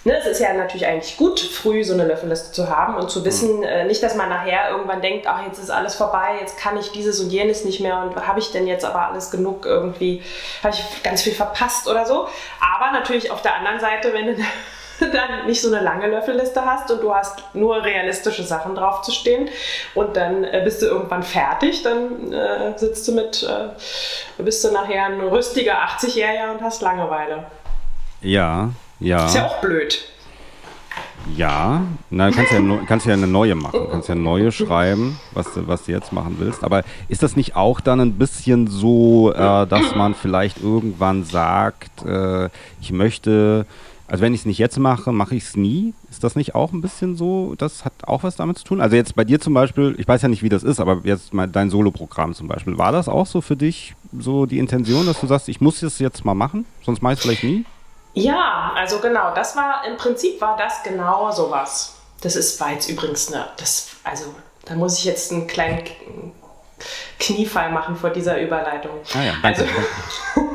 ne, es ist ja natürlich eigentlich gut, früh so eine Löffelliste zu haben und zu wissen, äh, nicht, dass man nachher irgendwann denkt, ach, jetzt ist alles vorbei, jetzt kann ich dieses und jenes nicht mehr und habe ich denn jetzt aber alles genug irgendwie, habe ich ganz viel verpasst oder so. Aber natürlich auf der anderen Seite, wenn du dann nicht so eine lange Löffelliste hast und du hast nur realistische Sachen drauf zu stehen und dann äh, bist du irgendwann fertig, dann äh, sitzt du mit, äh, bist du nachher ein rüstiger achtzigjähriger und hast Langeweile. Ja, ja. Ist ja auch blöd. Ja, na, kannst ja, kannst ja eine neue machen, kannst ja eine neue schreiben, was, was du jetzt machen willst. Aber ist das nicht auch dann ein bisschen so, äh, dass man vielleicht irgendwann sagt, äh, ich möchte... Also wenn ich es nicht jetzt mache, mache ich es nie. Ist das nicht auch ein bisschen so, das hat auch was damit zu tun? Also jetzt bei dir zum Beispiel, ich weiß ja nicht, wie das ist, aber jetzt mal dein Soloprogramm zum Beispiel, war das auch so für dich so die Intention, dass du sagst, ich muss es jetzt mal machen, sonst mache ich es vielleicht nie? Ja, also genau, das war, im Prinzip war das genau sowas. Das ist, war jetzt übrigens eine, das, also da muss ich jetzt einen kleinen Kniefall machen vor dieser Überleitung. Ah ja, danke. Also,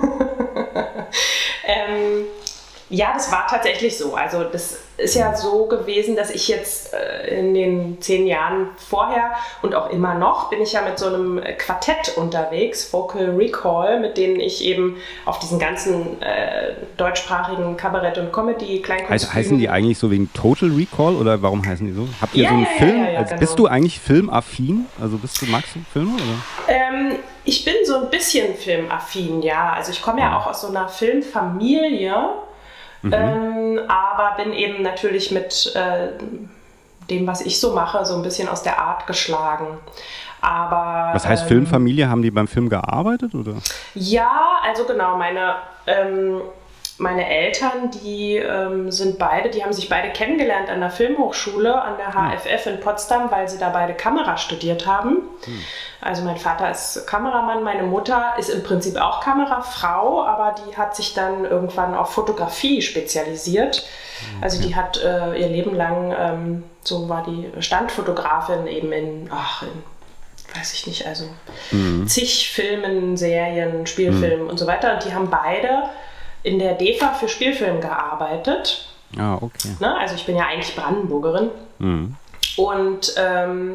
ähm, ja, das war tatsächlich so. Also das ist ja so gewesen, dass ich jetzt äh, in den zehn Jahren vorher und auch immer noch bin ich ja mit so einem Quartett unterwegs, Vocal Recall, mit denen ich eben auf diesen ganzen äh, deutschsprachigen Kabarett- und Comedy-Kleinkünsten... Heißen die eigentlich so wegen Total Recall oder warum heißen die so? Habt ihr ja, so einen ja, Film? Ja, ja, ja, also, genau. Bist du eigentlich filmaffin? Also bist du, magst du Filme? Oder? Ähm, ich bin so ein bisschen filmaffin, ja. Also ich komme ja auch aus so einer Filmfamilie. Mhm. Ähm, aber bin eben natürlich mit äh, dem, was ich so mache, so ein bisschen aus der Art geschlagen. Aber, was heißt ähm, Filmfamilie? Haben die beim Film gearbeitet? Oder? Ja, also genau, meine, ähm, meine Eltern, die ähm, sind beide, die haben sich beide kennengelernt an der Filmhochschule, an der H F F in Potsdam, weil sie da beide Kamera studiert haben. Hm. Also mein Vater ist Kameramann, meine Mutter ist im Prinzip auch Kamerafrau, aber die hat sich dann irgendwann auf Fotografie spezialisiert. Also die hat äh, ihr Leben lang, ähm, so war die Standfotografin eben in, ach, in, weiß ich nicht, also mhm. zig Filmen, Serien, Spielfilmen mhm. und so weiter. Und die haben beide in der D E F A für Spielfilm gearbeitet. Ah, okay. Ne? Also ich bin ja eigentlich Brandenburgerin. Mhm. Und ähm,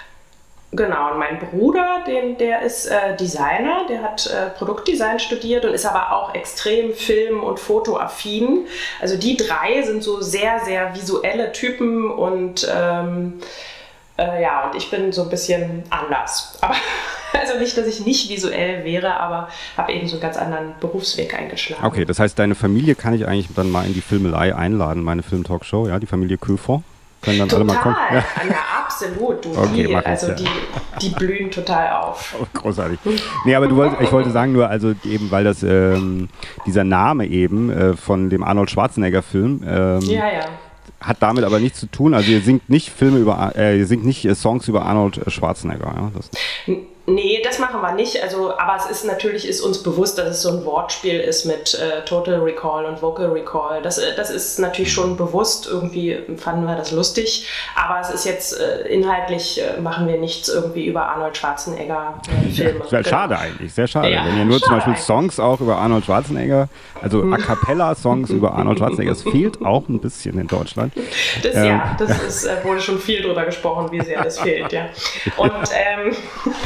genau, und mein Bruder, den, der ist äh, Designer, der hat äh, Produktdesign studiert und ist aber auch extrem film- und fotoaffin. Also die drei sind so sehr, sehr visuelle Typen und ähm, äh, ja, und ich bin so ein bisschen anders. Aber also nicht, dass ich nicht visuell wäre, aber habe eben so einen ganz anderen Berufsweg eingeschlagen. Okay, das heißt, deine Familie kann ich eigentlich dann mal in die Filmelei einladen, meine Film-Talkshow, ja, die Familie Köfer. Können dann total, alle mal kommen. Ja, ja absolut. Du, okay, die, also ja. die, die blühen total auf. Oh, großartig. Nee, aber du wollt, ich wollte sagen nur, also eben, weil das ähm, dieser Name eben äh, von dem Arnold Schwarzenegger-Film ähm, ja, ja. hat damit aber nichts zu tun. Also ihr singt nicht Filme über, äh, ihr singt nicht äh, Songs über Arnold Schwarzenegger. Ja? Das Nee, das machen wir nicht. Also, aber es ist natürlich ist uns bewusst, dass es so ein Wortspiel ist mit äh, Total Recall und Vocal Recall. Das, das ist natürlich schon bewusst. Irgendwie fanden wir das lustig. Aber es ist jetzt äh, inhaltlich äh, machen wir nichts irgendwie über Arnold Schwarzenegger äh, Filme. Ja, sehr genau. Schade eigentlich, sehr schade. Ja, Wenn ihr nur zum Beispiel eigentlich. Songs auch über Arnold Schwarzenegger, also A Cappella-Songs über Arnold Schwarzenegger, das fehlt auch ein bisschen in Deutschland. Das, ähm, ja, das ist, äh, wurde schon viel drüber gesprochen, wie sehr das fehlt, ja. Und ähm,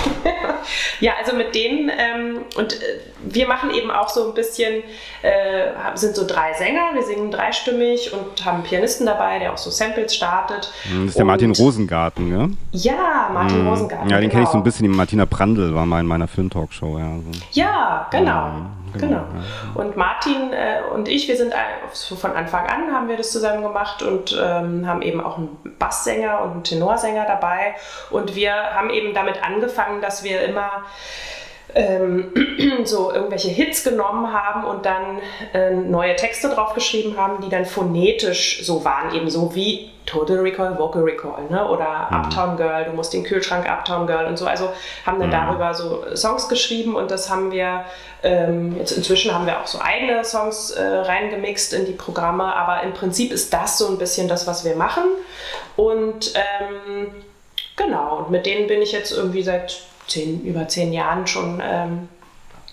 ja, also mit denen ähm, und äh, wir machen eben auch so ein bisschen, äh, sind so drei Sänger, wir singen dreistimmig und haben einen Pianisten dabei, der auch so Samples startet. Das ist der und, Martin Rosengarten, ne? Ja, Martin mhm. Rosengarten. Ja, den genau. kenne ich so ein bisschen, die Martina Brandl war mal in meiner Film-Talkshow. Ja, so. Ja, genau. Mhm, genau. genau. Ja. Und Martin äh, und ich, wir sind äh, von Anfang an haben wir das zusammen gemacht und ähm, haben eben auch einen Basssänger und einen Tenorsänger dabei. Und wir haben eben damit angefangen, dass wir immer ähm, so irgendwelche Hits genommen haben und dann äh, neue Texte drauf geschrieben haben, die dann phonetisch so waren, eben so wie Total Recall, Vocal Recall, ne? Oder mhm. Uptown Girl, du musst den Kühlschrank Uptown Girl und so. Also haben dann mhm. darüber so Songs geschrieben und das haben wir, ähm, jetzt inzwischen haben wir auch so eigene Songs äh, reingemixt in die Programme, aber im Prinzip ist das so ein bisschen das, was wir machen. Und ähm, genau, und mit denen bin ich jetzt irgendwie seit zehn, über zehn Jahren schon ähm,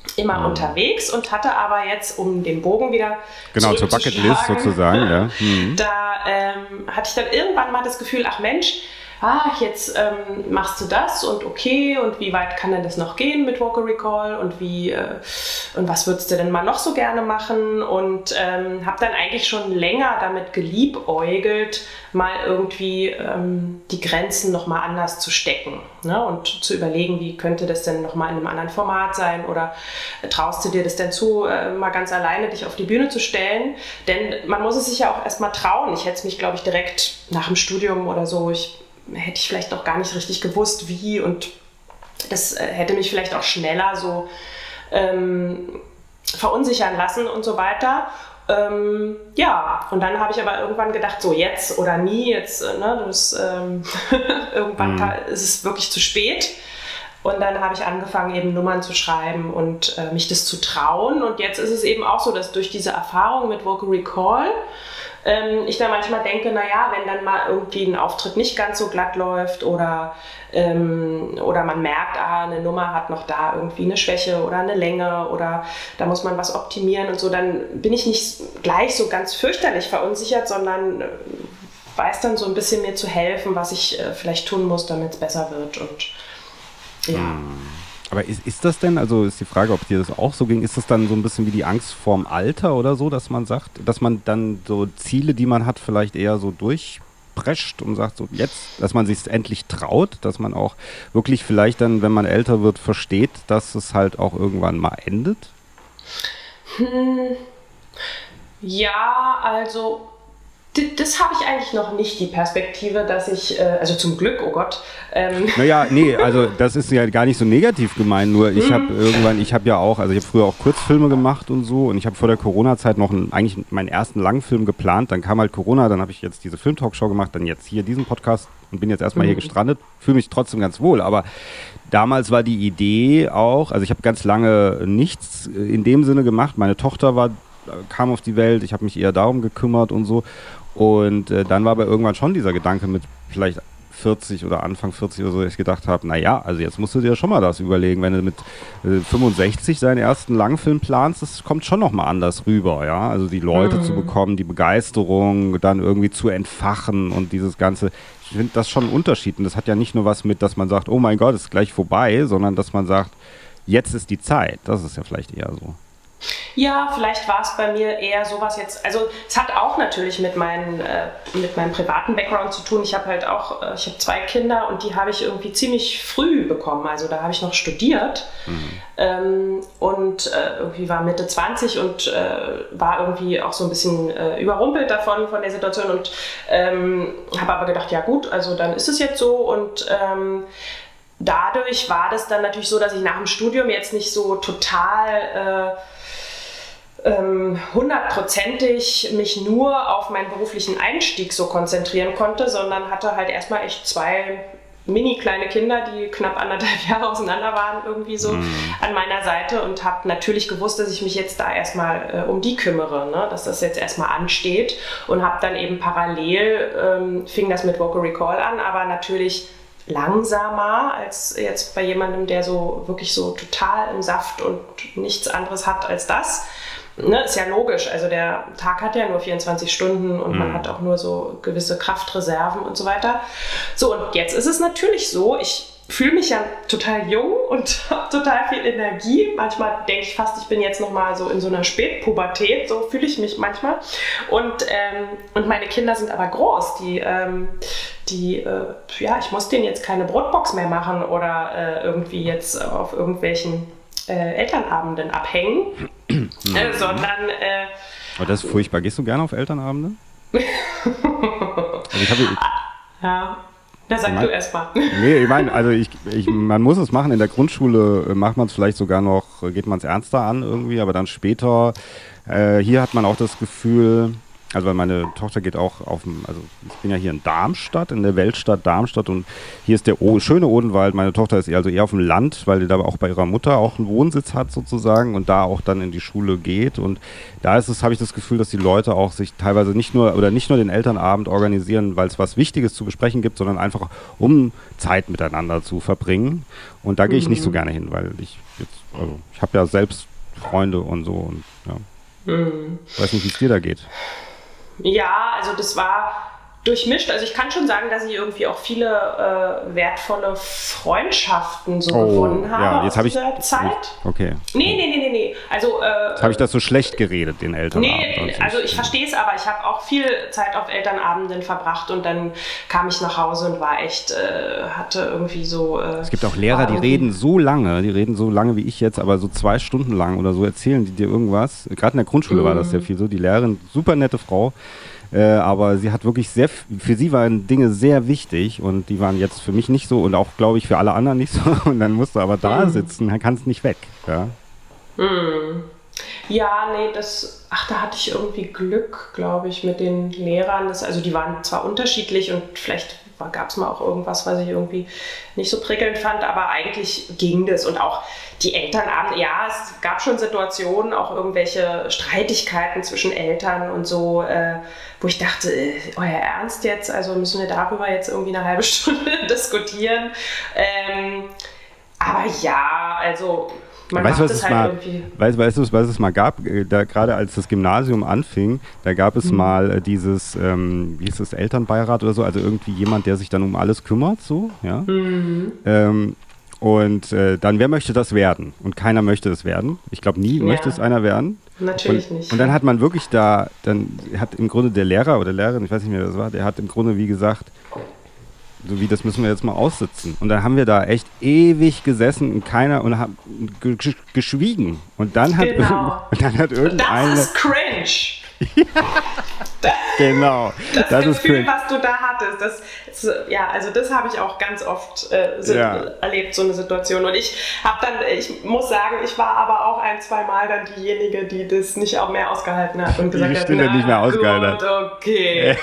immer mhm. unterwegs und hatte aber jetzt, um den Bogen wieder genau zur Bucketlist sozusagen, ja. Mhm. Da ähm, hatte ich dann irgendwann mal das Gefühl, ach Mensch, ah, jetzt ähm, machst du das und okay, und wie weit kann denn das noch gehen mit Vocal Recall und wie äh, und was würdest du denn mal noch so gerne machen, und ähm, habe dann eigentlich schon länger damit geliebäugelt, mal irgendwie ähm, die Grenzen nochmal anders zu stecken, ne? Und zu überlegen, wie könnte das denn nochmal in einem anderen Format sein, oder äh, traust du dir das denn zu, äh, mal ganz alleine dich auf die Bühne zu stellen, denn man muss es sich ja auch erstmal trauen. Ich hätte es mich, glaube ich, direkt nach dem Studium oder so, ich hätte ich vielleicht noch gar nicht richtig gewusst, wie, und das äh, hätte mich vielleicht auch schneller so ähm, verunsichern lassen und so weiter. Ähm, ja, und dann habe ich aber irgendwann gedacht, so jetzt oder nie, jetzt, äh, ne, das, ähm, irgendwann mhm. ist es wirklich zu spät. Und dann habe ich angefangen, eben Nummern zu schreiben und äh, mich das zu trauen. Und jetzt ist es eben auch so, dass durch diese Erfahrung mit Vocal Recall ich da manchmal denke, naja, wenn dann mal irgendwie ein Auftritt nicht ganz so glatt läuft oder, ähm, oder man merkt, ah, eine Nummer hat noch da irgendwie eine Schwäche oder eine Länge oder da muss man was optimieren und so, dann bin ich nicht gleich so ganz fürchterlich verunsichert, sondern weiß dann so ein bisschen mir zu helfen, was ich äh, vielleicht tun muss, damit es besser wird, und ja. Hm. Aber ist, ist das denn, also ist die Frage, ob dir das auch so ging, ist das dann so ein bisschen wie die Angst vorm Alter oder so, dass man sagt, dass man dann so Ziele, die man hat, vielleicht eher so durchprescht und sagt, so jetzt, dass man sich endlich traut, dass man auch wirklich vielleicht dann, wenn man älter wird, versteht, dass es halt auch irgendwann mal endet? Hm. Ja, also das habe ich eigentlich noch nicht, die Perspektive, dass ich, äh, also zum Glück, oh Gott. Ähm. Naja, nee, also das ist ja gar nicht so negativ gemeint, nur ich habe irgendwann, ich habe ja auch, also ich habe früher auch Kurzfilme gemacht und so, und ich habe vor der Corona-Zeit noch einen, eigentlich meinen ersten Langfilm geplant, dann kam halt Corona, dann habe ich jetzt diese Film-Talkshow gemacht, dann jetzt hier diesen Podcast und bin jetzt erstmal mhm. hier gestrandet, fühle mich trotzdem ganz wohl, aber damals war die Idee auch, also ich habe ganz lange nichts in dem Sinne gemacht, meine Tochter war, kam auf die Welt, ich habe mich eher darum gekümmert und so. Und äh, dann war aber irgendwann schon dieser Gedanke mit vielleicht vierzig oder Anfang vierzig oder so, dass ich gedacht habe, naja, also jetzt musst du dir schon mal das überlegen, wenn du mit äh, fünfundsechzig deinen ersten Langfilm planst, das kommt schon nochmal anders rüber, ja, also die Leute mhm. zu bekommen, die Begeisterung dann irgendwie zu entfachen und dieses Ganze, ich finde das schon ein Unterschied, und das hat ja nicht nur was mit, dass man sagt, oh mein Gott, es ist gleich vorbei, sondern dass man sagt, jetzt ist die Zeit, das ist ja vielleicht eher so. Ja, vielleicht war es bei mir eher sowas jetzt, also es hat auch natürlich mit, meinen, äh, mit meinem privaten Background zu tun. Ich habe halt auch, äh, ich habe zwei Kinder und die habe ich irgendwie ziemlich früh bekommen, also da habe ich noch studiert mhm. ähm, und äh, irgendwie war Mitte zwanzig und äh, war irgendwie auch so ein bisschen äh, überrumpelt davon, von der Situation, und ähm, habe aber gedacht, ja gut, also dann ist es jetzt so, und ähm, dadurch war das dann natürlich so, dass ich nach dem Studium jetzt nicht so total äh, hundertprozentig mich nur auf meinen beruflichen Einstieg so konzentrieren konnte, sondern hatte halt erstmal echt zwei mini kleine Kinder, die knapp anderthalb Jahre auseinander waren, irgendwie so mhm. an meiner Seite, und habe natürlich gewusst, dass ich mich jetzt da erstmal äh, um die kümmere, ne? Dass das jetzt erstmal ansteht, und habe dann eben parallel, ähm, fing das mit Vocal Recall an, aber natürlich langsamer als jetzt bei jemandem, der so wirklich so total im Saft und nichts anderes hat als das. Ne, ist ja logisch, also der Tag hat ja nur vierundzwanzig Stunden und mhm. man hat auch nur so gewisse Kraftreserven und so weiter. So, und jetzt ist es natürlich so, ich fühle mich ja total jung und habe total viel Energie. Manchmal denke ich fast, ich bin jetzt nochmal so in so einer Spätpubertät, so fühle ich mich manchmal. Und, ähm, und meine Kinder sind aber groß, die, ähm, die äh, ja, ich muss denen jetzt keine Brotbox mehr machen oder äh, irgendwie jetzt auf irgendwelchen äh, Elternabenden abhängen. Mhm. Äh, sondern äh, oh, das ist furchtbar. Gehst du gerne auf Elternabende? Also ich habe, ja, da sag du erst mal. Nee, ich meine, also ich, ich, man muss es machen. In der Grundschule macht man es vielleicht sogar noch, geht man es ernster an irgendwie, aber dann später, äh, hier hat man auch das Gefühl, also weil meine Tochter geht auch auf dem, also ich bin ja hier in Darmstadt, in der Weltstadt Darmstadt und hier ist der o schöne Odenwald. Meine Tochter ist also eher auf dem Land, weil die da auch bei ihrer Mutter auch einen Wohnsitz hat sozusagen und da auch dann in die Schule geht. Und da ist es, habe ich das Gefühl, dass die Leute auch sich teilweise nicht nur oder nicht nur den Elternabend organisieren, weil es was Wichtiges zu besprechen gibt, sondern einfach um Zeit miteinander zu verbringen. Und da gehe ich mhm. nicht so gerne hin, weil ich jetzt, also ich habe ja selbst Freunde und so und ja. Mhm. Weiß nicht, wie es dir da geht. Ja, also das war durchmischt. Also ich kann schon sagen, dass ich irgendwie auch viele äh, wertvolle Freundschaften so oh, gewonnen habe ja, jetzt aus hab dieser ich, Zeit. Okay. Nee, nee, nee, nee, nee. Also, äh, jetzt habe ich das so schlecht geredet, den Elternabend. Nee, also ich verstehe es, aber ich habe auch viel Zeit auf Elternabenden verbracht und dann kam ich nach Hause und war echt, äh, hatte irgendwie so... Äh, es gibt auch Lehrer, die reden so lange, die reden so lange wie ich jetzt, aber so zwei Stunden lang oder so erzählen die dir irgendwas. Gerade in der Grundschule mm. war das sehr viel so. Die Lehrerin, super nette Frau, Äh, aber sie hat wirklich sehr, für sie waren Dinge sehr wichtig und die waren jetzt für mich nicht so und auch, glaube ich, für alle anderen nicht so. Und dann musst du aber da sitzen, dann kannst du nicht weg. Ja, hm. ja nee, das, ach, da hatte ich irgendwie Glück, glaube ich, mit den Lehrern. Das, also die waren zwar unterschiedlich und vielleicht gab es mal auch irgendwas, was ich irgendwie nicht so prickelnd fand, aber eigentlich ging das. Und auch die Elternabende, ja, es gab schon Situationen, auch irgendwelche Streitigkeiten zwischen Eltern und so, äh, wo ich dachte, äh, euer Ernst jetzt? Also müssen wir darüber jetzt irgendwie eine halbe Stunde diskutieren? Ähm, aber ja, also... Man weißt du, was, es es halt mal, irgendwie. weißt, weißt du, was es mal gab? Da, gerade als das Gymnasium anfing, da gab es mhm. mal äh, dieses, ähm, wie hieß das, Elternbeirat oder so, also irgendwie jemand, der sich dann um alles kümmert, so, ja. Mhm. Ähm, und äh, dann, wer möchte das werden? Und keiner möchte es werden. Ich glaube, nie ja. möchte es einer werden. Natürlich und, nicht. Und dann hat man wirklich da, dann hat im Grunde der Lehrer oder Lehrerin, ich weiß nicht mehr, wer das war, der hat im Grunde wie gesagt, so wie das müssen wir jetzt mal aussitzen. Und dann haben wir da echt ewig gesessen und keiner und haben geschwiegen. Und dann hat, genau. und dann hat irgendeine... Das ist cringe. das, genau. Das, das Gefühl, ist was du da hattest, das, das, ja, also das habe ich auch ganz oft äh, so ja. erlebt, so eine Situation. Und ich habe dann, ich muss sagen, ich war aber auch ein, zwei Mal dann diejenige, die das nicht auch mehr ausgehalten hat und gesagt hat, na, nicht mehr ausgehalten gut, okay.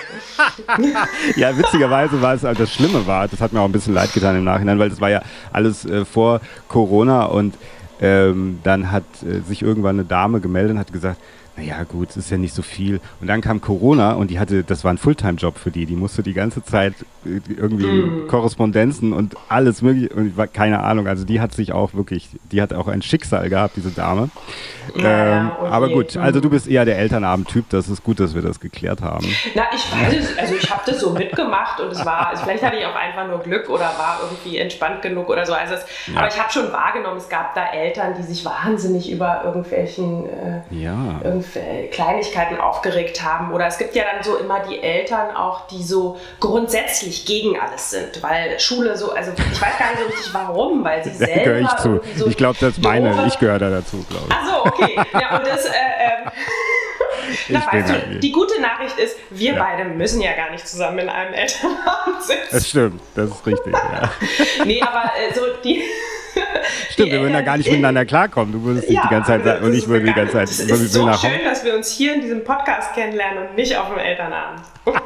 Ja, witzigerweise war es, also das Schlimme war, das hat mir auch ein bisschen leid getan im Nachhinein, weil das war ja alles äh, vor Corona und ähm, dann hat äh, sich irgendwann eine Dame gemeldet und hat gesagt, naja gut, es ist ja nicht so viel. Und dann kam Corona und die hatte, das war ein Fulltime-Job für die. Die musste die ganze Zeit irgendwie mm. Korrespondenzen und alles mögliche. Und ich war, keine Ahnung, also die hat sich auch wirklich, die hat auch ein Schicksal gehabt, diese Dame. Ja, ähm, okay. Aber gut, also du bist eher der Elternabend-Typ. Das ist gut, dass wir das geklärt haben. Na, ich weiß es, also ich habe das so mitgemacht und es war, also vielleicht hatte ich auch einfach nur Glück oder war irgendwie entspannt genug oder so. Also es, ja. Aber ich habe schon wahrgenommen, es gab da Eltern, die sich wahnsinnig über irgendwelchen äh, ja. irgendwelche Kleinigkeiten aufgeregt haben. Oder es gibt ja dann so immer die Eltern auch, die so grundsätzlich gegen alles sind, weil Schule so, also ich weiß gar nicht so richtig warum, weil sie selber... Da gehöre ich zu. So ich glaube, das ist meine, doofe... ich gehöre da dazu, glaube ich. Ach so, okay. Ja, und das... Äh, äh, Na, weißt du, halt die gute Nachricht ist, wir ja. beide müssen ja gar nicht zusammen in einem Elternabend sitzen. Das stimmt, das ist richtig, ja. Nee, aber äh, so die... Stimmt, wir würden da gar nicht miteinander klarkommen. Du würdest nicht ja, die ganze Zeit sagen und ich würde die ganze Zeit... Es ist so schön, dass wir uns hier in diesem Podcast kennenlernen und nicht auf dem Elternabend.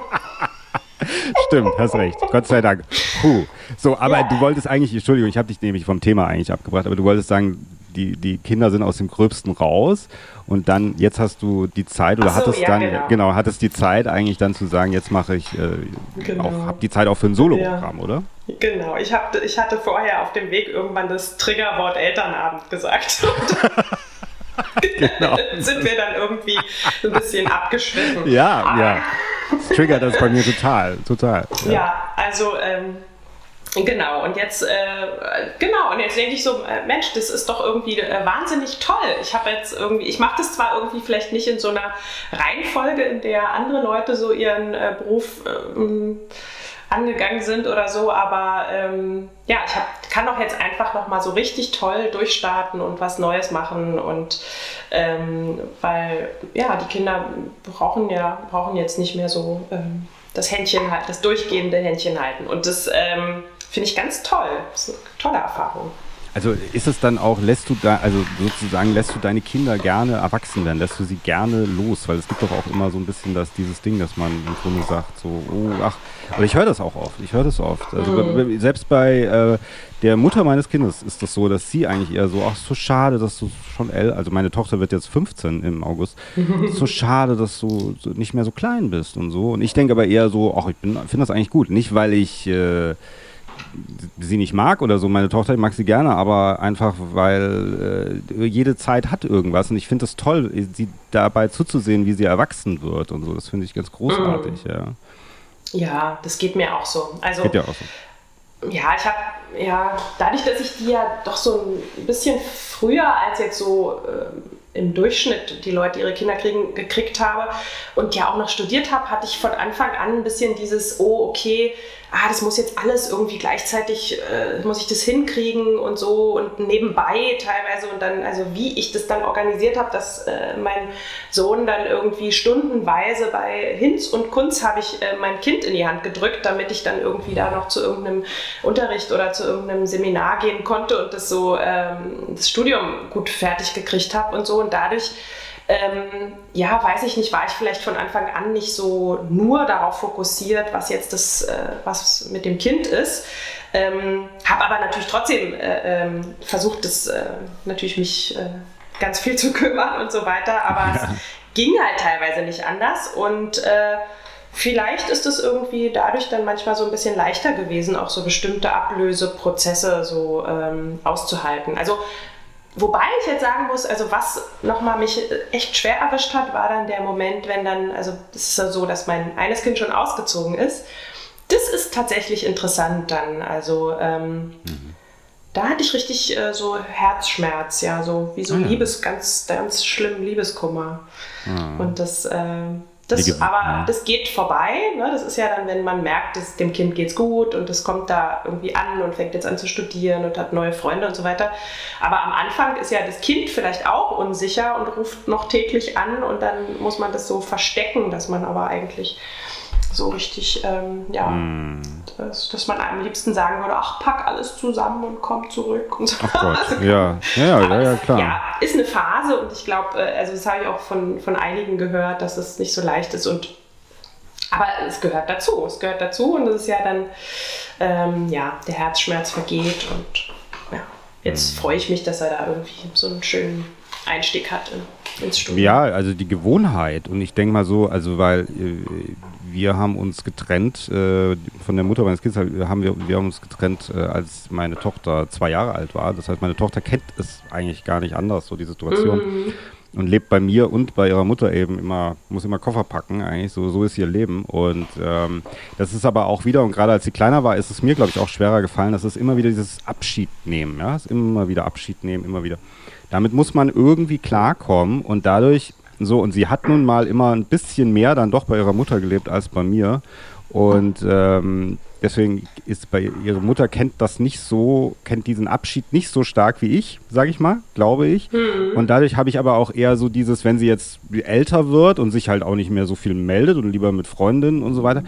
Stimmt, hast recht. Gott sei Dank. Puh. So, aber ja. du wolltest eigentlich, Entschuldigung, ich habe dich nämlich vom Thema eigentlich abgebracht, aber du wolltest sagen, die, die Kinder sind aus dem Gröbsten raus und dann, jetzt hast du die Zeit oder so, hattest ja, dann, genau. genau, hattest die Zeit eigentlich dann zu sagen, jetzt mache ich, äh, genau. auch, hab die Zeit auch für ein Soloprogramm, ja. oder? Genau, ich, hab, ich hatte vorher auf dem Weg irgendwann das Triggerwort Elternabend gesagt. Genau. Sind wir dann irgendwie ein bisschen abgeschwiffen. Ja, aber ja. Das triggert das bei mir total, total. Ja, ja also ähm, genau, und jetzt äh, genau, und jetzt denke ich so, äh, Mensch, das ist doch irgendwie äh, wahnsinnig toll. Ich habe jetzt irgendwie, ich mache das zwar irgendwie vielleicht nicht in so einer Reihenfolge, in der andere Leute so ihren äh, Beruf äh, angegangen sind oder so, aber ähm, ja, ich hab, kann doch jetzt einfach nochmal so richtig toll durchstarten und was Neues machen und ähm, weil ja, die Kinder brauchen ja brauchen jetzt nicht mehr so ähm, das Händchen, das durchgehende Händchen halten und das ähm, finde ich ganz toll. Das ist eine tolle Erfahrung. Also ist es dann auch, lässt du da, also sozusagen lässt du deine Kinder gerne erwachsen werden, lässt du sie gerne los, weil es gibt doch auch immer so ein bisschen das, dieses Ding, dass man im Grunde sagt, so, oh, ach, aber ich höre das auch oft, ich höre das oft. Also mhm. selbst bei äh, der Mutter meines Kindes ist das so, dass sie eigentlich eher so, ach, so schade, dass du schon älter, also meine Tochter wird jetzt fünfzehn im August, so schade, dass du so nicht mehr so klein bist und so. Und ich denke aber eher so, ach, ich finde das eigentlich gut, nicht weil ich äh, sie nicht mag oder so, meine Tochter, ich mag sie gerne, aber einfach, weil äh, jede Zeit hat irgendwas und ich finde es toll, sie dabei zuzusehen, wie sie erwachsen wird und so, das finde ich ganz großartig, mm. ja. Ja, das geht mir auch so. Also, geht ja auch so. Ja, ich habe, ja, dadurch, dass ich die ja doch so ein bisschen früher als jetzt so äh, im Durchschnitt die Leute ihre Kinder kriegen, gekriegt habe und ja auch noch studiert habe, hatte ich von Anfang an ein bisschen dieses, oh, okay, ah, das muss jetzt alles irgendwie gleichzeitig, äh, muss ich das hinkriegen und so und nebenbei teilweise und dann, also wie ich das dann organisiert habe, dass äh, mein Sohn dann irgendwie stundenweise bei Hinz und Kunz habe ich äh, mein Kind in die Hand gedrückt, damit ich dann irgendwie da noch zu irgendeinem Unterricht oder zu irgendeinem Seminar gehen konnte und das so, ähm, das Studium gut fertig gekriegt habe und so und dadurch Ähm, ja, weiß ich nicht, war ich vielleicht von Anfang an nicht so nur darauf fokussiert, was jetzt das, äh, was mit dem Kind ist. Ähm, habe aber natürlich trotzdem äh, ähm, versucht, das äh, natürlich mich äh, ganz viel zu kümmern und so weiter, aber ja. Es ging halt teilweise nicht anders und äh, vielleicht ist es irgendwie dadurch dann manchmal so ein bisschen leichter gewesen, auch so bestimmte Ablöseprozesse so ähm, auszuhalten. Also wobei ich jetzt sagen muss, also was nochmal mich echt schwer erwischt hat, war dann der Moment, wenn dann, also es ist ja so, dass mein eines Kind schon ausgezogen ist. Das ist tatsächlich interessant dann, also ähm, mhm. da hatte ich richtig äh, so Herzschmerz, ja, so wie so ah, ja. Liebes, ganz, ganz schlimm Liebeskummer. Ah. Und das, äh, das aber ja. das geht vorbei, ne? Das ist ja dann, wenn man merkt, dass dem Kind geht's gut und es kommt da irgendwie an und fängt jetzt an zu studieren und hat neue Freunde und so weiter. Aber am Anfang ist ja das Kind vielleicht auch unsicher und ruft noch täglich an und dann muss man das so verstecken, dass man aber eigentlich so richtig, ähm, ja, mm. dass, dass man am liebsten sagen würde, ach, pack alles zusammen und komm zurück und so. Ach Gott, ja, ja, ja, ja, klar. Ja, ist eine Phase und ich glaube, also das habe ich auch von, von einigen gehört, dass es nicht so leicht ist und aber es gehört dazu, es gehört dazu und das ist ja dann, ähm, ja, der Herzschmerz vergeht und ja, jetzt mm. freue ich mich, dass er da irgendwie so einen schönen Einstieg hat in, ins Studium. Ja, also die Gewohnheit und ich denke mal so, also weil äh, wir haben uns getrennt, äh, von der Mutter meines Kindes, haben wir, wir haben uns getrennt, äh, als meine Tochter zwei Jahre alt war. Das heißt, meine Tochter kennt es eigentlich gar nicht anders, so die Situation. Mhm. Und lebt bei mir und bei ihrer Mutter eben immer, muss immer Koffer packen, eigentlich, so, so ist ihr Leben. Und ähm, das ist aber auch wieder, und gerade als sie kleiner war, ist es mir, glaube ich, auch schwerer gefallen, dass es immer wieder dieses Abschied nehmen, ja, es ist immer wieder Abschied nehmen, immer wieder. Damit muss man irgendwie klarkommen und dadurch, so, und sie hat nun mal immer ein bisschen mehr dann doch bei ihrer Mutter gelebt als bei mir. Und ähm, deswegen ist bei ihrer Mutter kennt das nicht so, kennt diesen Abschied nicht so stark wie ich, sage ich mal, glaube ich. Mhm. Und dadurch habe ich aber auch eher so dieses, wenn sie jetzt älter wird und sich halt auch nicht mehr so viel meldet und lieber mit Freundinnen und so weiter,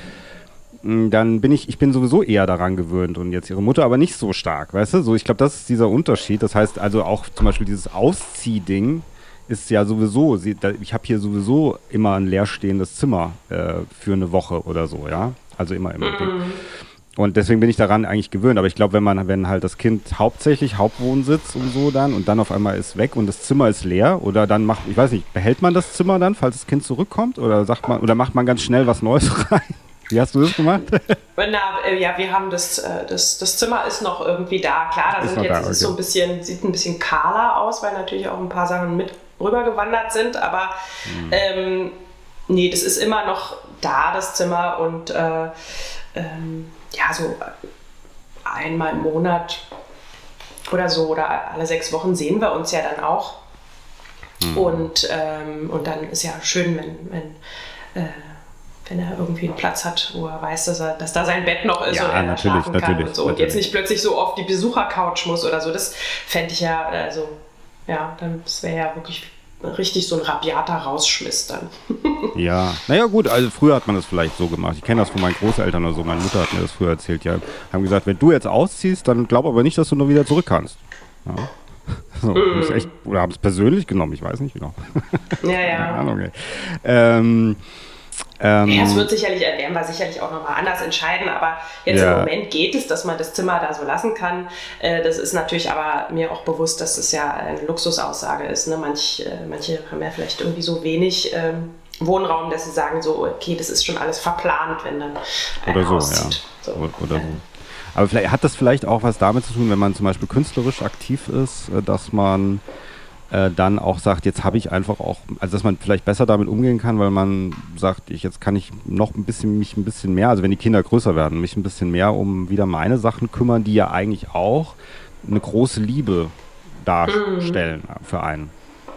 dann bin ich, ich bin sowieso eher daran gewöhnt und jetzt ihre Mutter aber nicht so stark, weißt du? So, ich glaube, das ist dieser Unterschied. Das heißt also auch zum Beispiel dieses Ausziehding ist ja sowieso, sie, da, ich habe hier sowieso immer ein leerstehendes Zimmer äh, für eine Woche oder so, ja? Also immer, immer. Mm. Und deswegen bin ich daran eigentlich gewöhnt. Aber ich glaube, wenn man, wenn halt das Kind hauptsächlich Hauptwohnsitz und so dann und dann auf einmal ist weg und das Zimmer ist leer oder dann macht, ich weiß nicht, behält man das Zimmer dann, falls das Kind zurückkommt oder sagt man, oder macht man ganz schnell was Neues rein? Wie hast du das gemacht? Na, äh, ja, wir haben das, äh, das, das Zimmer ist noch irgendwie da. Klar, da ist sind jetzt da, okay. Ist so ein bisschen, sieht ein bisschen kahler aus, weil natürlich auch ein paar Sachen mit rübergewandert sind, aber mhm. ähm, nee, das ist immer noch da, das Zimmer und äh, ähm, ja, so einmal im Monat oder so oder alle sechs Wochen sehen wir uns ja dann auch mhm. und, ähm, und dann ist ja schön, wenn, wenn äh, wenn er irgendwie einen Platz hat, wo er weiß, dass, er, dass da sein Bett noch ist ja, und er natürlich, schlafen kann natürlich, und so. natürlich. Und jetzt nicht plötzlich so auf die Besuchercouch muss oder so. Das fände ich ja, also, ja, das wäre ja wirklich richtig so ein rabiater Rausschmiss dann. Ja, naja gut, also früher hat man das vielleicht so gemacht. Ich kenne das von meinen Großeltern oder so. Meine Mutter hat mir das früher erzählt. Ja, haben gesagt, wenn du jetzt ausziehst, dann glaub aber nicht, dass du noch wieder zurück kannst. Ja. So, mm. echt, oder haben es persönlich genommen, ich weiß nicht genau. Ja, ja. Keine Ahnung, ey. Ähm, ähm, ja, es wird sicherlich, werden wir sicherlich auch nochmal anders entscheiden, aber jetzt ja. im Moment geht es, dass man das Zimmer da so lassen kann. Äh, das ist natürlich aber mir auch bewusst, dass es ja eine Luxusaussage ist. Ne? Manch, äh, manche haben ja vielleicht irgendwie so wenig ähm, Wohnraum, dass sie sagen so, okay, das ist schon alles verplant, wenn dann ein oder Haus so, zieht. Ja. So. Oder, oder so. Aber vielleicht hat das vielleicht auch was damit zu tun, wenn man zum Beispiel künstlerisch aktiv ist, dass man äh, dann auch sagt, jetzt habe ich einfach auch, also dass man vielleicht besser damit umgehen kann, weil man sagt, ich, jetzt kann ich noch ein bisschen, mich ein bisschen mehr, also wenn die Kinder größer werden, mich ein bisschen mehr um wieder meine Sachen kümmern, die ja eigentlich auch eine große Liebe darstellen mhm. für einen.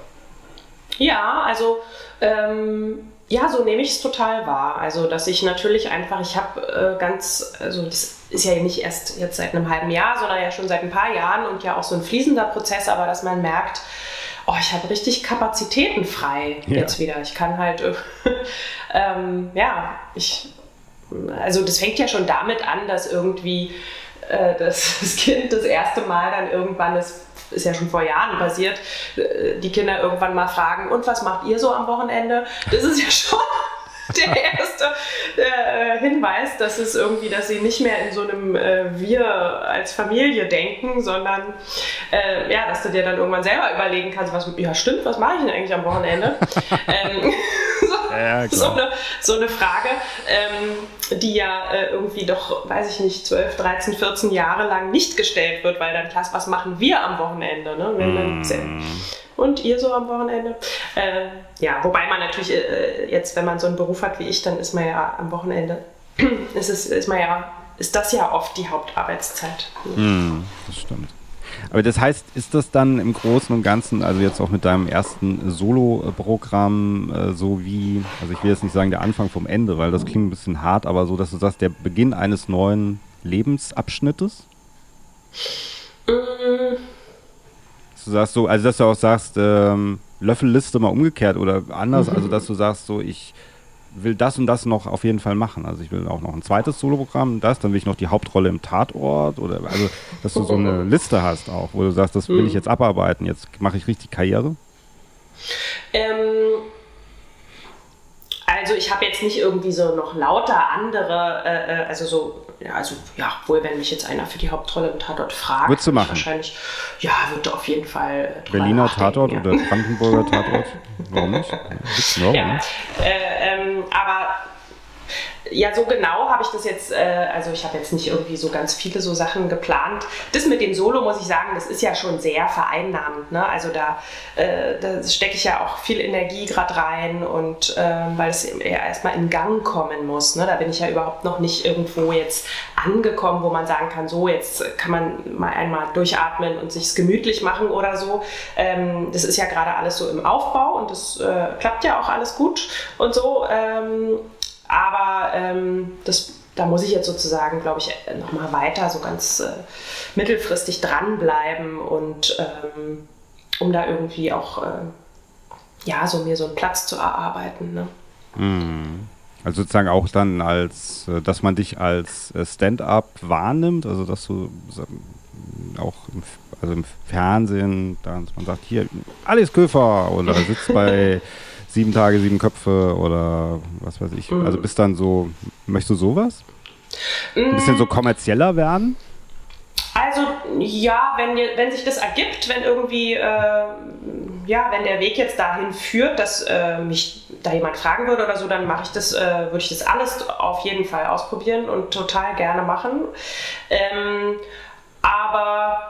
Ja, also ähm, ja, so nehme ich es total wahr. Also, dass ich natürlich einfach, ich habe äh, ganz, also das ist ja nicht erst jetzt seit einem halben Jahr, sondern ja schon seit ein paar Jahren und ja auch so ein fließender Prozess, aber dass man merkt, oh, ich habe richtig Kapazitäten frei ja. jetzt wieder. Ich kann halt, ähm, ja, ich, also das fängt ja schon damit an, dass irgendwie äh, das, das Kind das erste Mal dann irgendwann ist, ist ja schon vor Jahren passiert, die Kinder irgendwann mal fragen, und was macht ihr so am Wochenende? Das ist ja schon der erste äh, Hinweis, dass es irgendwie, dass sie nicht mehr in so einem äh, Wir als Familie denken, sondern äh, ja, dass du dir dann irgendwann selber überlegen kannst, was, ja stimmt, was mache ich denn eigentlich am Wochenende? ähm, so, ja, so, eine, so eine Frage, ähm, die ja äh, irgendwie doch, weiß ich nicht, zwölf, dreizehn, vierzehn Jahre lang nicht gestellt wird, weil dann klar ist, was machen wir am Wochenende? Ne? Wenn dann, und ihr so am Wochenende? Äh, ja, wobei man natürlich äh, jetzt, wenn man so einen Beruf hat wie ich, dann ist man ja am Wochenende, ist, es, ist, man ja, ist das ja oft die Hauptarbeitszeit. Mm, das stimmt. Aber das heißt, ist das dann im Großen und Ganzen, also jetzt auch mit deinem ersten Solo-Programm, äh, so wie, also ich will jetzt nicht sagen der Anfang vom Ende, weil das klingt ein bisschen hart, aber so, dass du sagst, der Beginn eines neuen Lebensabschnittes? Mm. Du sagst so, also dass du auch sagst, ähm, Löffelliste mal umgekehrt oder anders, mhm. also dass du sagst, so ich will das und das noch auf jeden Fall machen. Also ich will auch noch ein zweites Soloprogramm, das, dann will ich noch die Hauptrolle im Tatort oder also, dass du so eine Liste hast auch, wo du sagst, das will ich jetzt abarbeiten, jetzt mache ich richtig Karriere. Ähm, also ich habe jetzt nicht irgendwie so noch lauter andere, äh, also so, ja, also ja, wohl wenn mich jetzt einer für die Hauptrolle im Tatort fragt, würdest du machen? Wahrscheinlich, ja, würde auf jeden Fall Berliner Tatort ja. oder Brandenburger Tatort? Warum nicht? Ja, ja, ja. Äh, ähm, aber ja, so genau habe ich das jetzt, äh, also ich habe jetzt nicht irgendwie so ganz viele so Sachen geplant. Das mit dem Solo, muss ich sagen, das ist ja schon sehr vereinnahmend, ne? Also da, äh, da stecke ich ja auch viel Energie gerade rein und äh, weil es ja erstmal in Gang kommen muss, ne? Da bin ich ja überhaupt noch nicht irgendwo jetzt angekommen, wo man sagen kann, so jetzt kann man mal einmal durchatmen und sich's gemütlich machen oder so. Ähm, das ist ja gerade alles so im Aufbau und das äh, klappt ja auch alles gut und so. Ähm, Aber ähm, das, da muss ich jetzt sozusagen, glaube ich, nochmal weiter so ganz äh, mittelfristig dranbleiben und ähm, um da irgendwie auch, äh, ja, so mir so einen Platz zu erarbeiten. Ne? Mhm. Also sozusagen auch dann als, dass man dich als Stand-up wahrnimmt, also dass du auch im, also im Fernsehen, dass man sagt, hier, Alice Köfer oder sitzt bei Sieben Tage, sieben Köpfe oder was weiß ich. Mhm. Also bist dann so, möchtest du sowas? Ein bisschen so kommerzieller werden? Also ja, wenn, wenn sich das ergibt, wenn irgendwie, äh, ja, wenn der Weg jetzt dahin führt, dass äh, mich da jemand fragen würde oder so, dann mache ich das, äh, würde ich das alles auf jeden Fall ausprobieren und total gerne machen. Ähm, aber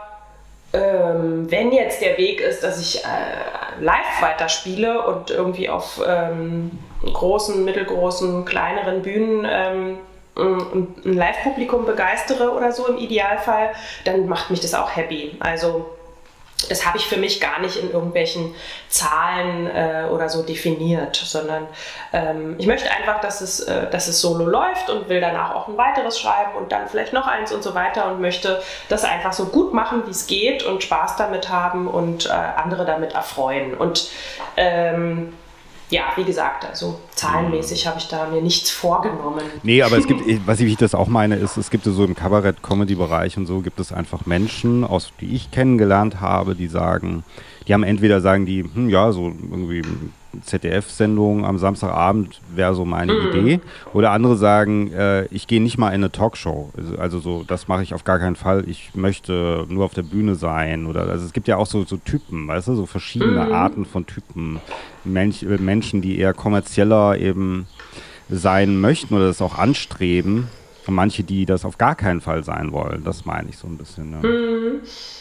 Ähm, wenn jetzt der Weg ist, dass ich äh, live weiterspiele und irgendwie auf ähm, großen, mittelgroßen, kleineren Bühnen ähm, ein, ein Live-Publikum begeistere oder so im Idealfall, dann macht mich das auch happy. Also das habe ich für mich gar nicht in irgendwelchen Zahlen äh, oder so definiert, sondern ähm, ich möchte einfach, dass es, äh, dass es solo läuft und will danach auch ein weiteres schreiben und dann vielleicht noch eins und so weiter und möchte das einfach so gut machen, wie es geht und Spaß damit haben und äh, andere damit erfreuen. Und ähm, ja, wie gesagt, also zahlenmäßig habe ich da mir nichts vorgenommen. Nee, aber es gibt, was ich, wie ich das auch meine, ist, es gibt so im Kabarett-Comedy-Bereich und so, gibt es einfach Menschen, aus, die ich kennengelernt habe, die sagen, die haben entweder sagen die, hm, ja, so irgendwie Z D F-Sendung am Samstagabend wäre so meine mm. Idee. Oder andere sagen, äh, ich gehe nicht mal in eine Talkshow. Also, also so, das mache ich auf gar keinen Fall. Ich möchte nur auf der Bühne sein. Oder also es gibt ja auch so, so Typen, weißt du, so verschiedene mm. Arten von Typen. Mensch, Menschen, die eher kommerzieller eben sein möchten oder das auch anstreben. Und manche, die das auf gar keinen Fall sein wollen. Das meine ich so ein bisschen. Ja, mm.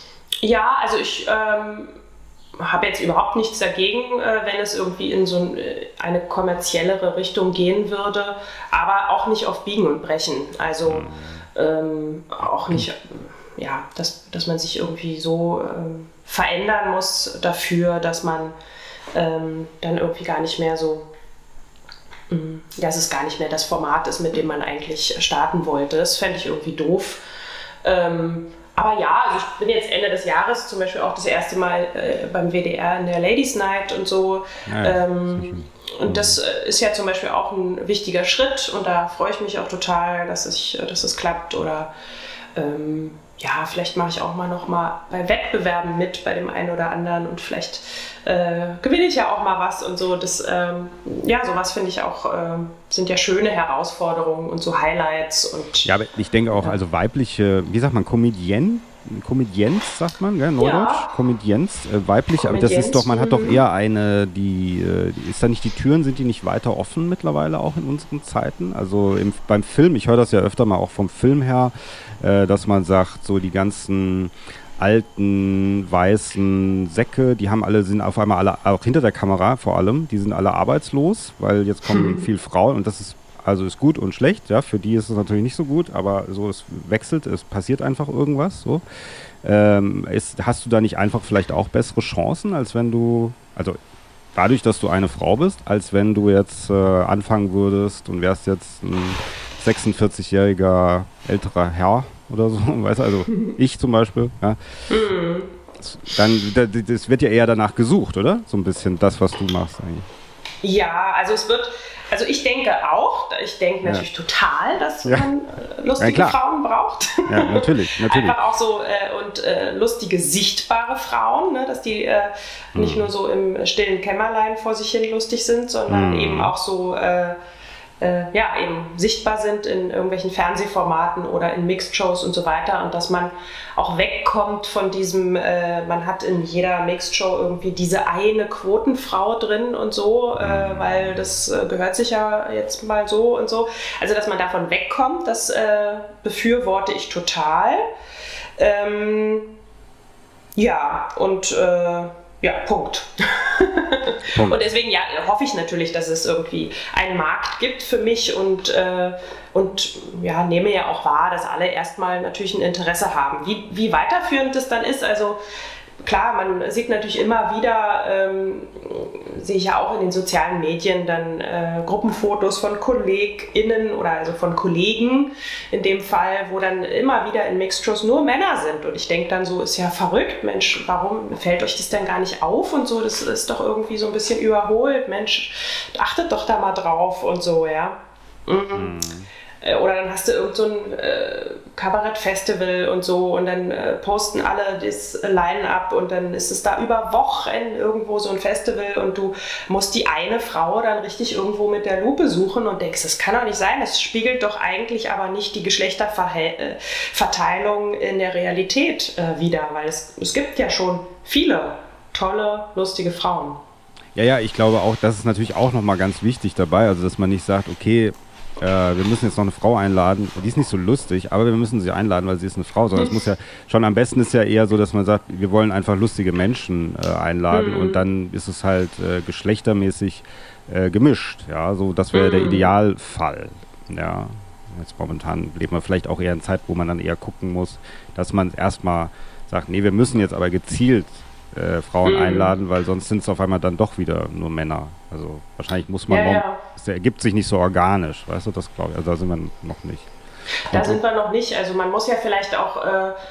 ja also ich ähm habe jetzt überhaupt nichts dagegen, äh, wenn es irgendwie in so ein, eine kommerziellere Richtung gehen würde, aber auch nicht auf Biegen und Brechen. Also ähm, auch nicht, ja, dass, dass man sich irgendwie so ähm, verändern muss dafür, dass man ähm, dann irgendwie gar nicht mehr so, mh, dass es gar nicht mehr das Format ist, mit dem man eigentlich starten wollte. Das fände ich irgendwie doof. Ähm, Aber ja, also ich bin jetzt Ende des Jahres zum Beispiel auch das erste Mal äh, beim W D R in der Ladies Night und so. Ja, ähm, und das äh, ist ja zum Beispiel auch ein wichtiger Schritt und da freue ich mich auch total, dass es, dass es klappt. Oder ähm, ja, vielleicht mache ich auch mal noch mal bei Wettbewerben mit, bei dem einen oder anderen und vielleicht äh, gewinne ich ja auch mal was und so. Das, ähm, ja, sowas finde ich auch, äh, sind ja schöne Herausforderungen und so Highlights. Und, ja, aber ich denke auch, ja. also weibliche, wie sagt man, Comedienne? Comedienz, sagt man, gell? Neudeutsch? Ja. Comedienz, äh, weiblich, aber das ist doch, man hat doch eher eine, die, äh, ist da nicht die Türen, sind die nicht weiter offen mittlerweile auch in unseren Zeiten? Also im, beim Film, ich höre das ja öfter mal auch vom Film her, äh, dass man sagt, so die ganzen alten, weißen Säcke, die haben alle, sind auf einmal alle, auch hinter der Kamera vor allem, die sind alle arbeitslos, weil jetzt kommen hm. viel Frauen und das ist Also ist gut und schlecht, ja, für die ist es natürlich nicht so gut, aber so, es wechselt, es passiert einfach irgendwas, so. Ähm, ist, hast du da nicht einfach vielleicht auch bessere Chancen, als wenn du, also dadurch, dass du eine Frau bist, als wenn du jetzt äh, anfangen würdest und wärst jetzt ein sechsundvierzigjähriger älterer Herr oder so, weißt du, also ich zum Beispiel, ja. Mhm. Dann, das wird ja eher danach gesucht, oder? So ein bisschen das, was du machst eigentlich. Ja, also es wird, also ich denke auch, ich denke natürlich ja. total, dass ja. man äh, lustige ja, Frauen braucht. Ja, natürlich, natürlich. Einfach auch so äh, und äh, lustige, sichtbare Frauen, ne, dass die äh, mhm. nicht nur so im stillen Kämmerlein vor sich hin lustig sind, sondern mhm. eben auch so äh, äh, ja, eben sichtbar sind in irgendwelchen Fernsehformaten oder in Mixed-Shows und so weiter und dass man auch wegkommt von diesem, äh, man hat in jeder Mixed-Show irgendwie diese eine Quotenfrau drin und so, äh, weil das äh, gehört sich ja jetzt mal so und so. Also, dass man davon wegkommt, das äh, befürworte ich total. Ähm, ja, und äh, ja, Punkt. Punkt. Und deswegen ja, hoffe ich natürlich, dass es irgendwie einen Markt gibt für mich und, äh, und ja, nehme ja auch wahr, dass alle erstmal natürlich ein Interesse haben. Wie, wie weiterführend das dann ist, also klar, man sieht natürlich immer wieder, ähm, sehe ich ja auch in den sozialen Medien dann äh, Gruppenfotos von KollegInnen oder also von Kollegen in dem Fall, wo dann immer wieder in Mixed-Shows nur Männer sind und ich denke dann so, ist ja verrückt, Mensch, warum fällt euch das denn gar nicht auf und so, das ist doch irgendwie so ein bisschen überholt, Mensch, achtet doch da mal drauf und so, ja. Mhm. Mhm. Oder dann hast du irgend so ein äh, Kabarettfestival und so und dann äh, posten alle das Line-Up und dann ist es da über Wochen irgendwo so ein Festival und du musst die eine Frau dann richtig irgendwo mit der Lupe suchen und denkst, das kann doch nicht sein, das spiegelt doch eigentlich aber nicht die Geschlechterverteilung in der Realität äh, wider, weil es, es gibt ja schon viele tolle, lustige Frauen. Ja, ja, ich glaube auch, das ist natürlich auch nochmal ganz wichtig dabei, also dass man nicht sagt, okay, Äh, wir müssen jetzt noch eine Frau einladen. Die ist nicht so lustig, aber wir müssen sie einladen, weil sie ist eine Frau. Sondern es muss ja schon am besten ist ja eher so, dass man sagt, wir wollen einfach lustige Menschen äh, einladen mhm. und dann ist es halt äh, geschlechtermäßig äh, gemischt. Ja, so das wäre mhm. der Idealfall. Ja, jetzt momentan leben wir vielleicht auch eher in Zeit, wo man dann eher gucken muss, dass man erstmal sagt, nee, wir müssen jetzt aber gezielt Äh, Frauen mhm. einladen, weil sonst sind es auf einmal dann doch wieder nur Männer. Also wahrscheinlich muss man, ja, noch, ja. es ergibt sich nicht so organisch, weißt du, das glaube ich, also da sind wir noch nicht. Da Und sind wir noch nicht, also man muss ja vielleicht auch, äh,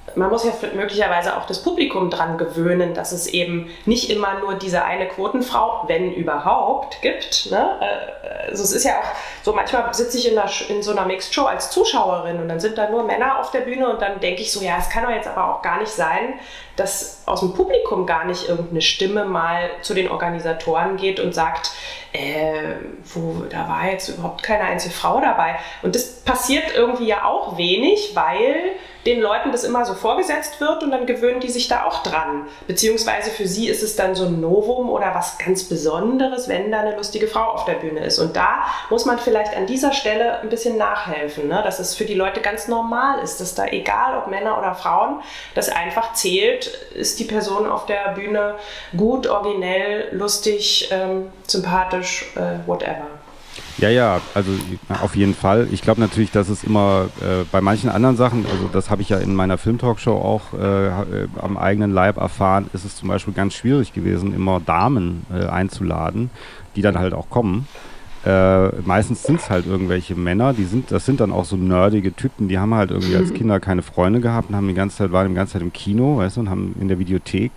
man muss ja möglicherweise auch das Publikum dran gewöhnen, dass es eben nicht immer nur diese eine Quotenfrau, wenn überhaupt, gibt. Ne? Also es ist ja auch so, manchmal sitze ich in, der, in so einer Mixed Show als Zuschauerin und dann sind da nur Männer auf der Bühne und dann denke ich so, ja, es kann doch jetzt aber auch gar nicht sein, dass aus dem Publikum gar nicht irgendeine Stimme mal zu den Organisatoren geht und sagt, äh, wo, da war jetzt überhaupt keine einzige Frau dabei. Und das passiert irgendwie ja auch wenig, weil den Leuten das immer so vorgesetzt wird und dann gewöhnen die sich da auch dran. Beziehungsweise für sie ist es dann so ein Novum oder was ganz Besonderes, wenn da eine lustige Frau auf der Bühne ist. Und da muss man vielleicht an dieser Stelle ein bisschen nachhelfen, ne? Dass es für die Leute ganz normal ist, dass da egal ob Männer oder Frauen, das einfach zählt, ist die Person auf der Bühne gut, originell, lustig, ähm, sympathisch, äh, whatever. Ja, ja, also auf jeden Fall. Ich glaube natürlich, dass es immer äh, bei manchen anderen Sachen, also das habe ich ja in meiner Filmtalkshow auch äh, am eigenen Leib erfahren, ist es zum Beispiel ganz schwierig gewesen, immer Damen äh, einzuladen, die dann halt auch kommen. Äh, meistens sind es halt irgendwelche Männer, die sind, das sind dann auch so nerdige Typen, die haben halt irgendwie als Kinder keine Freunde gehabt und haben die ganze Zeit, waren die ganze Zeit im Kino, weißt du, und haben in der Videothek.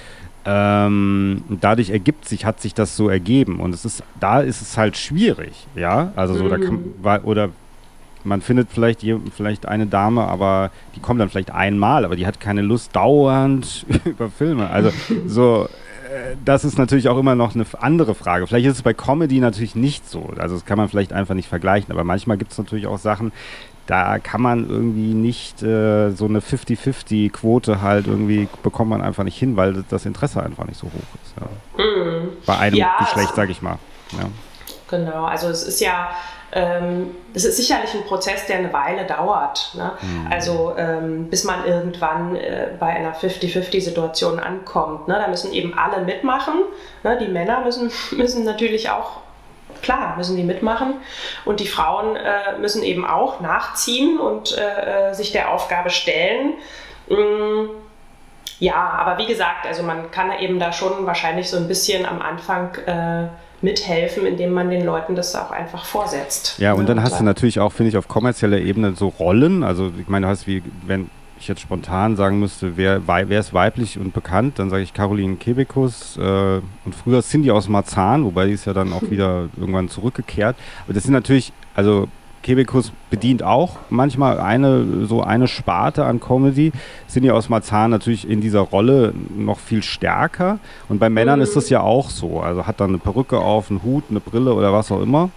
Ähm, dadurch ergibt sich, hat sich das so ergeben und es ist, da ist es halt schwierig, ja, also so, da kann, oder man findet vielleicht, vielleicht eine Dame, aber die kommt dann vielleicht einmal, aber die hat keine Lust dauernd über Filme, also so, äh, das ist natürlich auch immer noch eine andere Frage. Vielleicht ist es bei Comedy natürlich nicht so, also das kann man vielleicht einfach nicht vergleichen, aber manchmal gibt es natürlich auch Sachen, da kann man irgendwie nicht äh, so eine fünfzig fünfzig Quote halt irgendwie, bekommt man einfach nicht hin, weil das Interesse einfach nicht so hoch ist. Ja. Mhm. Bei einem ja, Geschlecht, sag ich mal. Ja. Genau, also es ist ja, ähm, es ist sicherlich ein Prozess, der eine Weile dauert. Ne? Mhm. Also ähm, bis man irgendwann äh, bei einer fünfzig fünfzig Situation ankommt. Ne? Da müssen eben alle mitmachen. Ne? Die Männer müssen, müssen natürlich auch, klar, müssen die mitmachen und die Frauen äh, müssen eben auch nachziehen und äh, sich der Aufgabe stellen. Mm, ja, aber wie gesagt, also man kann eben da schon wahrscheinlich so ein bisschen am Anfang äh, mithelfen, indem man den Leuten das auch einfach vorsetzt. Ja, und dann hast du natürlich auch, finde ich, auf kommerzieller Ebene so Rollen. Also ich meine, du hast wie, wenn ich jetzt spontan sagen müsste, wer, wer ist weiblich und bekannt, dann sage ich Caroline Kebekus äh, und früher Cindy aus Marzahn, wobei die ist ja dann auch wieder irgendwann zurückgekehrt. Aber das sind natürlich, also Kebekus bedient auch manchmal eine, so eine Sparte an Comedy. Cindy aus Marzahn natürlich in dieser Rolle noch viel stärker. Und bei Männern mhm. ist das ja auch so. Also hat dann eine Perücke auf, einen Hut, eine Brille oder was auch immer.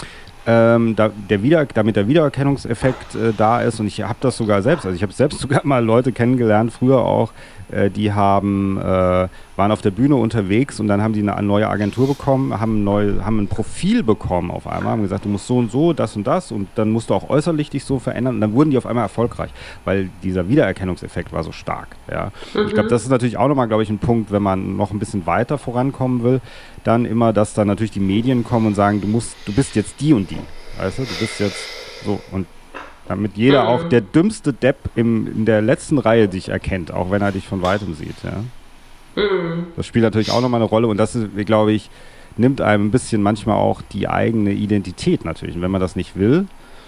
Ähm, da, der Wieder, damit der Wiedererkennungseffekt äh, da ist und ich habe das sogar selbst, also ich habe selbst sogar mal Leute kennengelernt, früher auch, äh, die haben, äh, waren auf der Bühne unterwegs und dann haben die eine neue Agentur bekommen, haben, neu, haben ein Profil bekommen auf einmal, haben gesagt, du musst so und so, das und das und dann musst du auch äußerlich dich so verändern und dann wurden die auf einmal erfolgreich, weil dieser Wiedererkennungseffekt war so stark. Ja. Mhm. Ich glaube, das ist natürlich auch nochmal, glaube ich, ein Punkt, wenn man noch ein bisschen weiter vorankommen will, dann immer, dass dann natürlich die Medien kommen und sagen, du musst, du bist jetzt die und die, weißt du, du bist jetzt so und damit jeder, mhm. auch der dümmste Depp im, in der letzten Reihe dich erkennt, auch wenn er dich von Weitem sieht, ja. Mhm. Das spielt natürlich auch nochmal eine Rolle und das ist, glaube ich, nimmt einem ein bisschen manchmal auch die eigene Identität natürlich und wenn man das nicht will,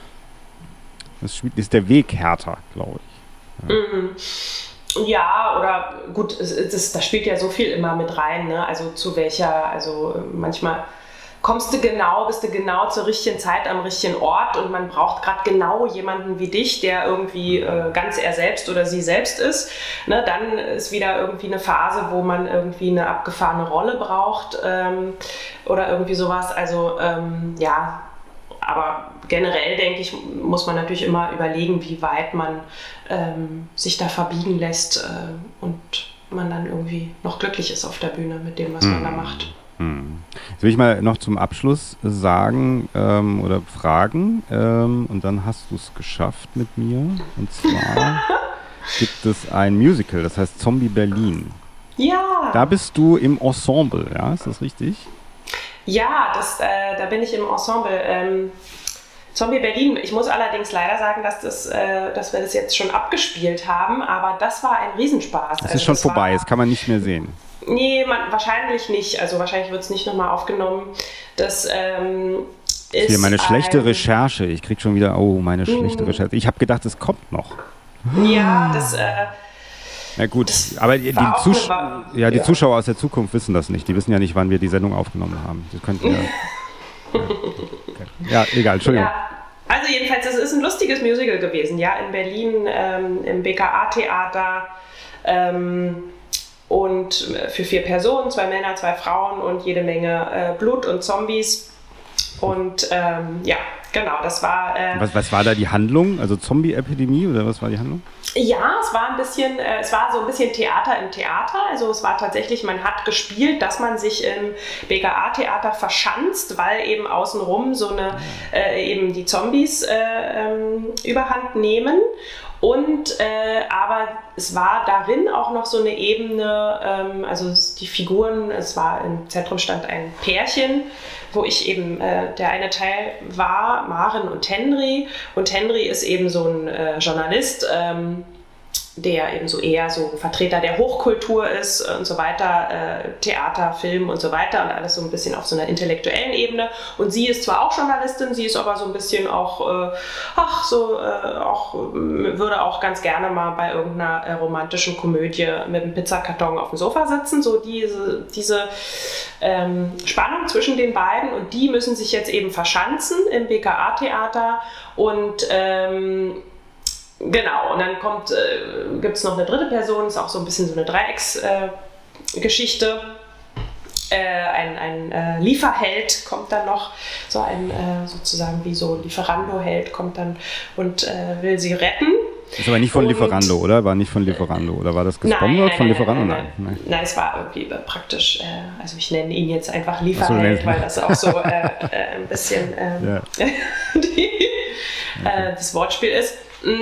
das ist der Weg härter, glaube ich. Ja. Mhm. Ja, oder gut, es, das, das spielt ja so viel immer mit rein, ne? Also zu welcher, also manchmal kommst du genau, bist du genau zur richtigen Zeit am richtigen Ort und man braucht gerade genau jemanden wie dich, der irgendwie äh, ganz er selbst oder sie selbst ist. Ne? Dann ist wieder irgendwie eine Phase, wo man irgendwie eine abgefahrene Rolle braucht ähm, oder irgendwie sowas. Also ähm, ja, aber generell, denke ich, muss man natürlich immer überlegen, wie weit man ähm, sich da verbiegen lässt äh, und man dann irgendwie noch glücklich ist auf der Bühne mit dem, was hm. man da macht. Hm. Jetzt will ich mal noch zum Abschluss sagen ähm, oder fragen ähm, und dann hast du es geschafft mit mir. Und zwar gibt es ein Musical, das heißt Zombie Berlin. Ja! Da bist du im Ensemble, ja? Ist das richtig? Ja, das, äh, da bin ich im Ensemble. Ähm, Zombie Berlin. Ich muss allerdings leider sagen, dass, das, äh, dass wir das jetzt schon abgespielt haben, aber das war ein Riesenspaß. Das also ist schon das vorbei, war, das kann man nicht mehr sehen. Nee, man, wahrscheinlich nicht. Also wahrscheinlich wird es nicht nochmal aufgenommen. Das ähm, ist hier meine schlechte Recherche. Ich krieg schon wieder, oh, meine schlechte Recherche. Ich habe gedacht, es kommt noch. Ja, das... Äh, Na gut, aber die, die, Zus eine, ja, die ja. Zuschauer aus der Zukunft wissen das nicht. Die wissen ja nicht, wann wir die Sendung aufgenommen haben. Das könnten ja, ja. Okay. Ja, egal, Entschuldigung. Ja. Also jedenfalls, es ist ein lustiges Musical gewesen, ja, in Berlin, ähm, im B K A-Theater ähm, und für vier Personen, zwei Männer, zwei Frauen und jede Menge äh, Blut und Zombies. Und ähm, ja, genau, das war... Äh, was, was war da die Handlung? Also Zombie-Epidemie oder was war die Handlung? Ja, es war ein bisschen, äh, es war so ein bisschen Theater im Theater. Also es war tatsächlich, man hat gespielt, dass man sich im B K A-Theater verschanzt, weil eben außenrum so eine, äh, eben die Zombies äh, ähm, überhand nehmen. Und äh, aber es war darin auch noch so eine Ebene, ähm, also die Figuren, es war im Zentrum stand ein Pärchen, wo ich eben äh, der eine Teil war, Maren und Henry. Und Henry ist eben so ein äh, Journalist, ähm, der eben so eher so Vertreter der Hochkultur ist und so weiter, äh, Theater, Film und so weiter und alles so ein bisschen auf so einer intellektuellen Ebene. Und sie ist zwar auch Journalistin, sie ist aber so ein bisschen auch, äh, ach so, äh, auch, würde auch ganz gerne mal bei irgendeiner äh, romantischen Komödie mit einem Pizzakarton auf dem Sofa sitzen. So diese, diese ähm, Spannung zwischen den beiden und die müssen sich jetzt eben verschanzen im B K A-Theater und ähm, genau, und dann kommt, äh, gibt es noch eine dritte Person, ist auch so ein bisschen so eine Dreiecksgeschichte. Äh, äh, ein ein äh, Lieferheld kommt dann noch, so ein äh, sozusagen wie so Lieferando-Held kommt dann und äh, will sie retten. Ist aber nicht von und, Lieferando, oder? War nicht von Lieferando, oder war das gesponsert von Lieferando? Nein nein, nein, nein, nein, es war irgendwie praktisch, äh, also ich nenne ihn jetzt einfach Lieferheld, so, weil das auch so äh, äh, ein bisschen äh, ja. die, okay. äh, das Wortspiel ist.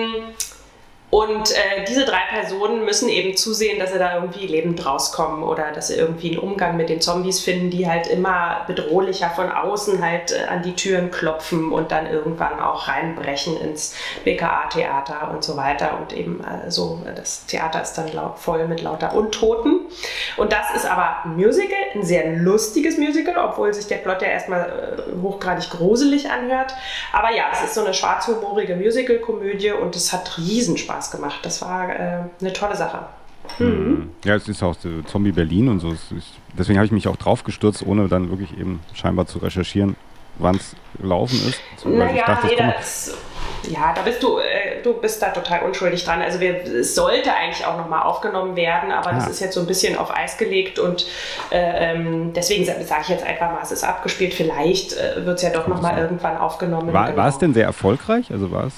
Und äh, diese drei Personen müssen eben zusehen, dass sie da irgendwie lebend rauskommen oder dass sie irgendwie einen Umgang mit den Zombies finden, die halt immer bedrohlicher von außen halt äh, an die Türen klopfen und dann irgendwann auch reinbrechen ins B K A-Theater und so weiter. Und eben äh, so, das Theater ist dann laut, voll mit lauter Untoten. Und das ist aber ein Musical, ein sehr lustiges Musical, obwohl sich der Plot ja erstmal äh, hochgradig gruselig anhört. Aber ja, es ist so eine schwarzhumorige Musical-Komödie und es hat riesen Spaß gemacht. Das war äh, eine tolle Sache. Mhm. Ja, es ist auch so Zombie Berlin und so. Ist, deswegen habe ich mich auch drauf gestürzt, ohne dann wirklich eben scheinbar zu recherchieren, wann es gelaufen ist. So, naja, ich dachte, nee, das, ja, da bist du, äh, du bist da total unschuldig dran. Also wir, es sollte eigentlich auch nochmal aufgenommen werden, aber ah. das ist jetzt so ein bisschen auf Eis gelegt und äh, ähm, deswegen sage ich jetzt einfach mal, es ist abgespielt. Vielleicht äh, wird es ja doch nochmal irgendwann aufgenommen. War, genau. war es denn sehr erfolgreich? Also war es?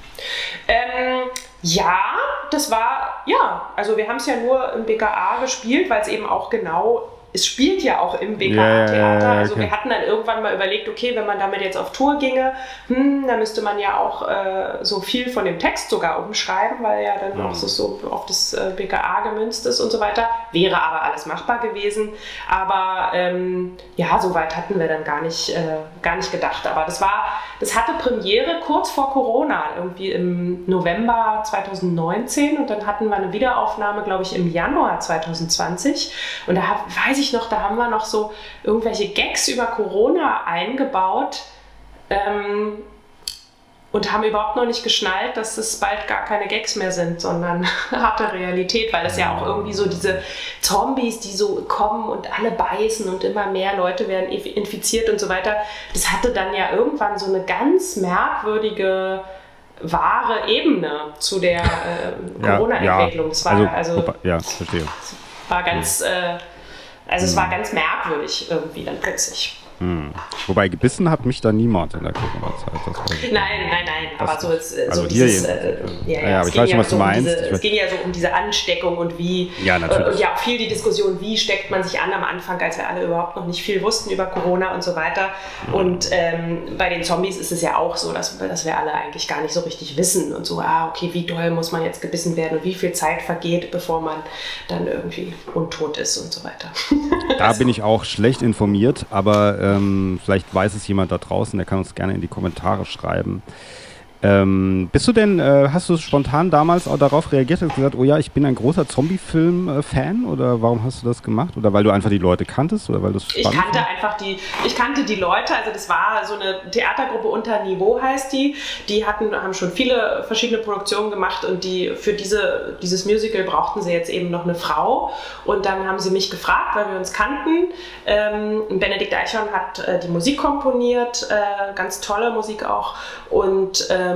Ähm, ja, das war, ja, also wir haben es ja nur im B K A gespielt, weil es eben auch genau, es spielt ja auch im B K A-Theater, yeah, yeah, yeah, also okay. Wir hatten dann irgendwann mal überlegt, okay, wenn man damit jetzt auf Tour ginge, hm, dann müsste man ja auch äh, so viel von dem Text sogar umschreiben, weil ja dann mhm. auch so, so auf das äh, B K A gemünzt ist und so weiter, wäre aber alles machbar gewesen, aber ähm, ja, so weit hatten wir dann gar nicht, äh, gar nicht gedacht, aber das war, das hatte Premiere kurz vor Corona, irgendwie im November zweitausendneunzehn und dann hatten wir eine Wiederaufnahme, glaube ich, im Januar zweitausendzwanzig und da weiß ich noch, da haben wir noch so irgendwelche Gags über Corona eingebaut ähm, und haben überhaupt noch nicht geschnallt, dass es bald gar keine Gags mehr sind, sondern harte Realität, weil es ja auch irgendwie so diese Zombies, die so kommen und alle beißen und immer mehr Leute werden infiziert und so weiter, das hatte dann ja irgendwann so eine ganz merkwürdige wahre Ebene zu der äh, Corona-Entwicklung. Ja, ja. Also, also, ja, verstehe. War ganz... Äh, Also es war ganz merkwürdig irgendwie dann plötzlich. Hm. Wobei gebissen hat mich da niemand in der Corona-Zeit. Nein, nein, nein. Das aber so, jetzt, also so hier dieses... Äh, ja, ja, ja, aber ich weiß schon, was so du meinst. Um diese, es ging ja so um diese Ansteckung und wie... Ja, natürlich. Äh, und ja, viel die Diskussion, wie steckt man sich an am Anfang, als wir alle überhaupt noch nicht viel wussten über Corona und so weiter. Mhm. Und ähm, bei den Zombies ist es ja auch so, dass, dass wir alle eigentlich gar nicht so richtig wissen und so, ah, okay, wie doll muss man jetzt gebissen werden und wie viel Zeit vergeht, bevor man dann irgendwie untot ist und so weiter. Da bin ich auch schlecht informiert, aber ähm, vielleicht weiß es jemand da draußen, der kann uns gerne in die Kommentare schreiben. Ähm, bist du denn, äh, hast du spontan damals auch darauf reagiert und gesagt, oh ja, ich bin ein großer Zombie-Film-Fan, oder warum hast du das gemacht? Oder weil du einfach die Leute kanntest oder weil du es spannend Ich kannte fandest? einfach die, ich kannte die Leute, also das war so eine Theatergruppe unter Niveau heißt die, die hatten, haben schon viele verschiedene Produktionen gemacht und die für diese, dieses Musical brauchten sie jetzt eben noch eine Frau und dann haben sie mich gefragt, weil wir uns kannten. Ähm, Benedikt Eichhorn hat äh, die Musik komponiert, äh, ganz tolle Musik auch und ähm,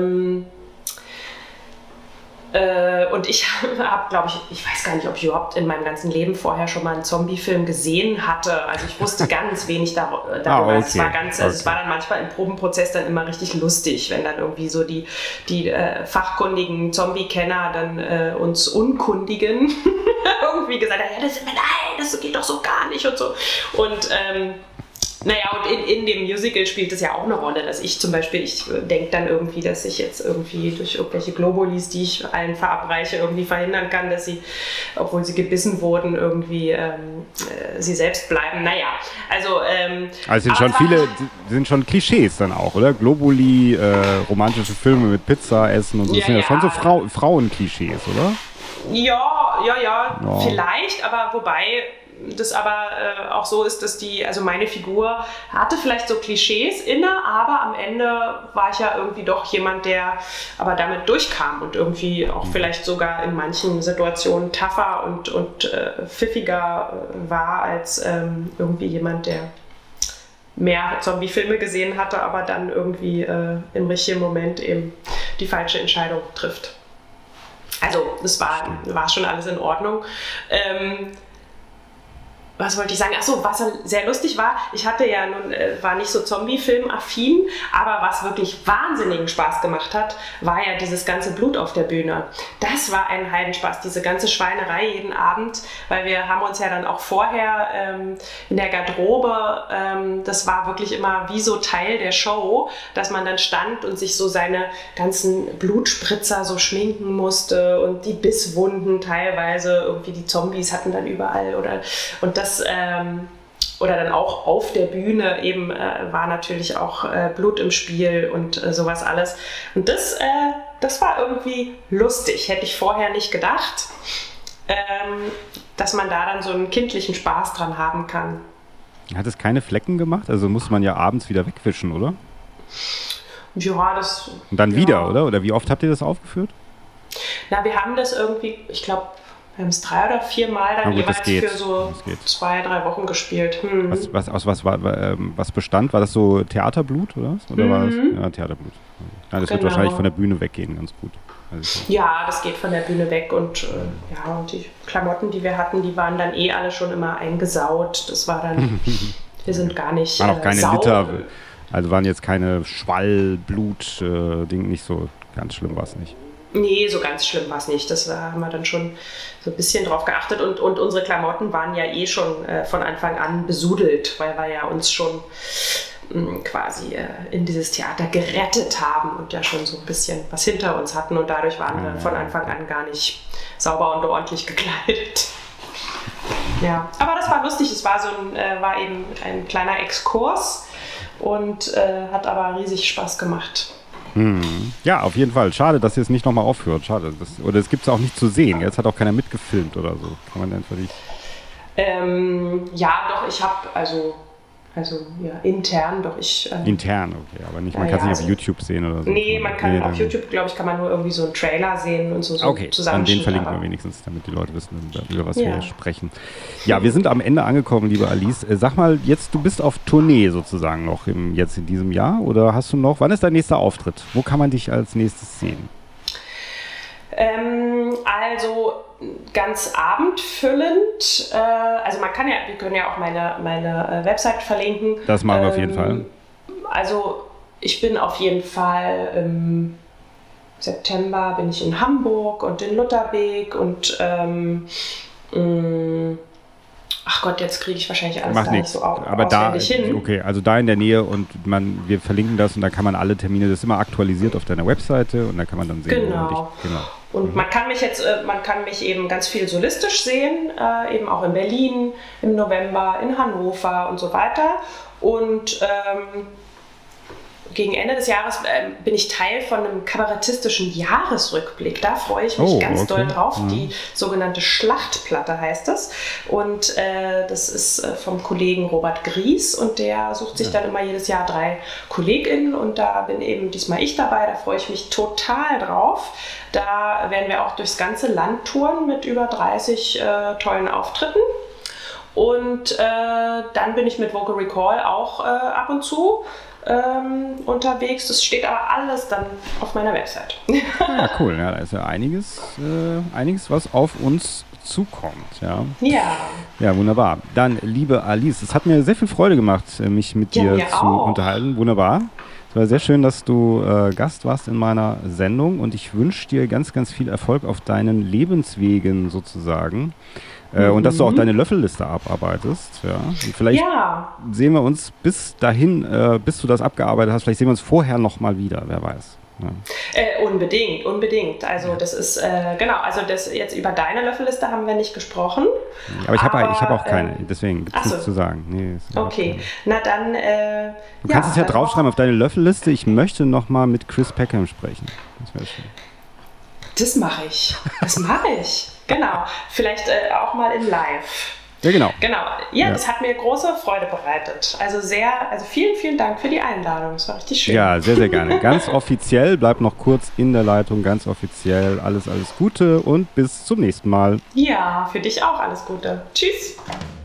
äh, und ich habe, glaube ich, ich weiß gar nicht, ob ich überhaupt in meinem ganzen Leben vorher schon mal einen Zombie-Film gesehen hatte. Also ich wusste ganz wenig dar darüber. Ah, okay. Es war ganz, also Okay. es war dann manchmal im Probenprozess dann immer richtig lustig, wenn dann irgendwie so die, die äh, fachkundigen Zombie-Kenner dann äh, uns Unkundigen irgendwie gesagt haben, ja, das, nein, das geht doch so gar nicht und so. Und ähm, naja, und in, in dem Musical spielt es ja auch eine Rolle, dass ich zum Beispiel, ich denke dann irgendwie, dass ich jetzt irgendwie durch irgendwelche Globulis, die ich allen verabreiche, irgendwie verhindern kann, dass sie, obwohl sie gebissen wurden, irgendwie ähm, äh, sie selbst bleiben. Naja, also... Ähm, Also sind schon viele, sind schon Klischees dann auch, oder? Globuli, äh, romantische Filme mit Pizza essen und so, das Ja, sind ja, ja. schon so Frau, Frauenklischees, oder? Ja, ja, ja, Ja. vielleicht, aber wobei das aber äh, auch so ist, dass die, also meine Figur hatte vielleicht so Klischees inne, aber am Ende war ich ja irgendwie doch jemand, der aber damit durchkam und irgendwie auch vielleicht sogar in manchen Situationen tougher und, und äh, pfiffiger äh, war als ähm, irgendwie jemand, der mehr Zombie-Filme gesehen hatte, aber dann irgendwie äh, im richtigen Moment eben die falsche Entscheidung trifft. Also, das war, war schon alles in Ordnung. Ähm, was wollte ich sagen? Achso, was sehr lustig war, ich hatte ja nun, äh, war nicht so Zombie-Film-affin, aber was wirklich wahnsinnigen Spaß gemacht hat, war ja dieses ganze Blut auf der Bühne. Das war ein Heidenspaß, diese ganze Schweinerei jeden Abend, weil wir haben uns ja dann auch vorher ähm, in der Garderobe, ähm, das war wirklich immer wie so Teil der Show, dass man dann stand und sich so seine ganzen Blutspritzer so schminken musste und die Bisswunden teilweise, irgendwie die Zombies hatten dann überall oder und das ähm, oder dann auch auf der Bühne eben äh, war natürlich auch äh, Blut im Spiel und äh, sowas alles. Und das, äh, das war irgendwie lustig, hätte ich vorher nicht gedacht, ähm, dass man da dann so einen kindlichen Spaß dran haben kann. Hat es keine Flecken gemacht? Also muss man ja abends wieder wegwischen, oder? Ja, das... Und dann ja. wieder, oder? Oder wie oft habt ihr das aufgeführt? Na, wir haben das irgendwie, ich glaube, wir haben es drei oder vier Mal dann Na gut, das jeweils geht. für so Das geht. zwei, drei Wochen gespielt. Hm. Was, was, aus was, war, ähm, was bestand? War das so Theaterblut, oder was? Oder Mhm. war das? Ja, Theaterblut. Ja, das wird Genau. wahrscheinlich von der Bühne weggehen, ganz gut. Also, Ja, das geht von der Bühne weg und äh, ja, und die Klamotten, die wir hatten, die waren dann eh alle schon immer eingesaut. Das war dann, wir sind gar nicht waren auch keine äh, sau- Liter, also waren jetzt keine Schwall, Blut, äh, Ding, nicht so ganz schlimm war es nicht. Nee, so ganz schlimm war es nicht. Das war, haben wir dann schon so ein bisschen drauf geachtet und, und unsere Klamotten waren ja eh schon äh, von Anfang an besudelt, weil wir ja uns schon mh, quasi äh, in dieses Theater gerettet haben und ja schon so ein bisschen was hinter uns hatten und dadurch waren wir von Anfang an gar nicht sauber und ordentlich gekleidet. Ja, aber das war lustig. Es war so ein, äh, war eben ein kleiner Exkurs und äh, hat aber riesig Spaß gemacht. Hm. Ja, auf jeden Fall. Schade, dass ihr es nicht nochmal aufhört. Schade. Das, oder es gibt es auch nicht zu sehen. Jetzt hat auch keiner mitgefilmt oder so. Kann man einfach nicht. Ähm, ja, doch, ich habe, also, also ja, intern, doch, ich... Ähm, Intern, okay. Aber nicht, man Ja, kann es ja, nicht also- auf YouTube sehen oder so. nee, man kann Nee, auf dann- YouTube, glaube ich, kann man nur irgendwie so einen Trailer sehen und so, so Okay, dann den Zusammenschnitt, verlinken aber- wir wenigstens, damit die Leute wissen, über was Ja. wir hier sprechen. Ja, wir sind am Ende angekommen, liebe Alice. Äh, Sag mal, jetzt, du bist auf Tournee sozusagen noch im, jetzt in diesem Jahr oder hast du noch, wann ist dein nächster Auftritt? Wo kann man dich als nächstes sehen? Ähm, also ganz abendfüllend, äh, also man kann ja, wir können ja auch meine, meine äh, Website verlinken. Das machen wir auf jeden Fall. Also ich bin auf jeden Fall im September bin ich in Hamburg und in Lutherbeek und ähm, mh, ach Gott, jetzt kriege ich wahrscheinlich alles Macht gar nicht nichts. so au Aber da, auswendig hin. okay, also da in der Nähe und man, wir verlinken das und dann kann man alle Termine, das ist immer aktualisiert auf deiner Webseite und dann kann man dann sehen, wo man Genau. dich, genau. Und man kann mich jetzt, äh, man kann mich eben ganz viel solistisch sehen, äh, eben auch in Berlin im November, in Hannover und so weiter. Und ähm, gegen Ende des Jahres äh, bin ich Teil von einem kabarettistischen Jahresrückblick. Da freue ich mich Oh, ganz okay. doll drauf. Mhm. Die sogenannte Schlachtplatte heißt es. Und äh, das ist äh, vom Kollegen Robert Gries und der sucht sich Ja. dann immer jedes Jahr drei KollegInnen und da bin eben diesmal ich dabei. Da freue ich mich total drauf. Da werden wir auch durchs ganze Land touren mit über dreißig äh, tollen Auftritten. Und äh, dann bin ich mit Vocal Recall auch äh, ab und zu ähm, unterwegs. Das steht aber alles dann auf meiner Website. Ja, cool. Ja, da ist ja einiges, äh, einiges, was auf uns zukommt. Ja. Ja. Ja, wunderbar. Dann, liebe Alice, es hat mir sehr viel Freude gemacht, äh, mich mit Ja, dir mir zu auch. unterhalten. Wunderbar. Es war sehr schön, dass du äh, Gast warst in meiner Sendung und ich wünsche dir ganz, ganz viel Erfolg auf deinen Lebenswegen sozusagen. Äh, Und dass du auch deine Löffelliste abarbeitest. Ja. Und vielleicht Ja. sehen wir uns bis dahin, äh, bis du das abgearbeitet hast, vielleicht sehen wir uns vorher nochmal wieder, wer weiß. Ja. Äh, unbedingt, unbedingt. Also das ist, äh, genau, also das jetzt über deine Löffelliste haben wir nicht gesprochen. Aber ich habe Aber, ich hab auch keine, ähm, deswegen gibt es ach so. nichts zu sagen. Nee, ist überhaupt Okay, keine. na dann, äh, Du kannst es ja dann draufschreiben auf deine Löffelliste, ich möchte nochmal mit Chris Peckham sprechen. Das wäre schön. Das mache ich. Das mache ich. Genau. Vielleicht äh, auch mal in live. Ja, genau. Genau. Ja, Ja. das hat mir große Freude bereitet. Also sehr, also vielen, vielen Dank für die Einladung. Das war richtig schön. Ja, sehr, sehr gerne. Ganz offiziell, bleib noch kurz in der Leitung, ganz offiziell. Alles, alles Gute und bis zum nächsten Mal. Ja, für dich auch alles Gute. Tschüss.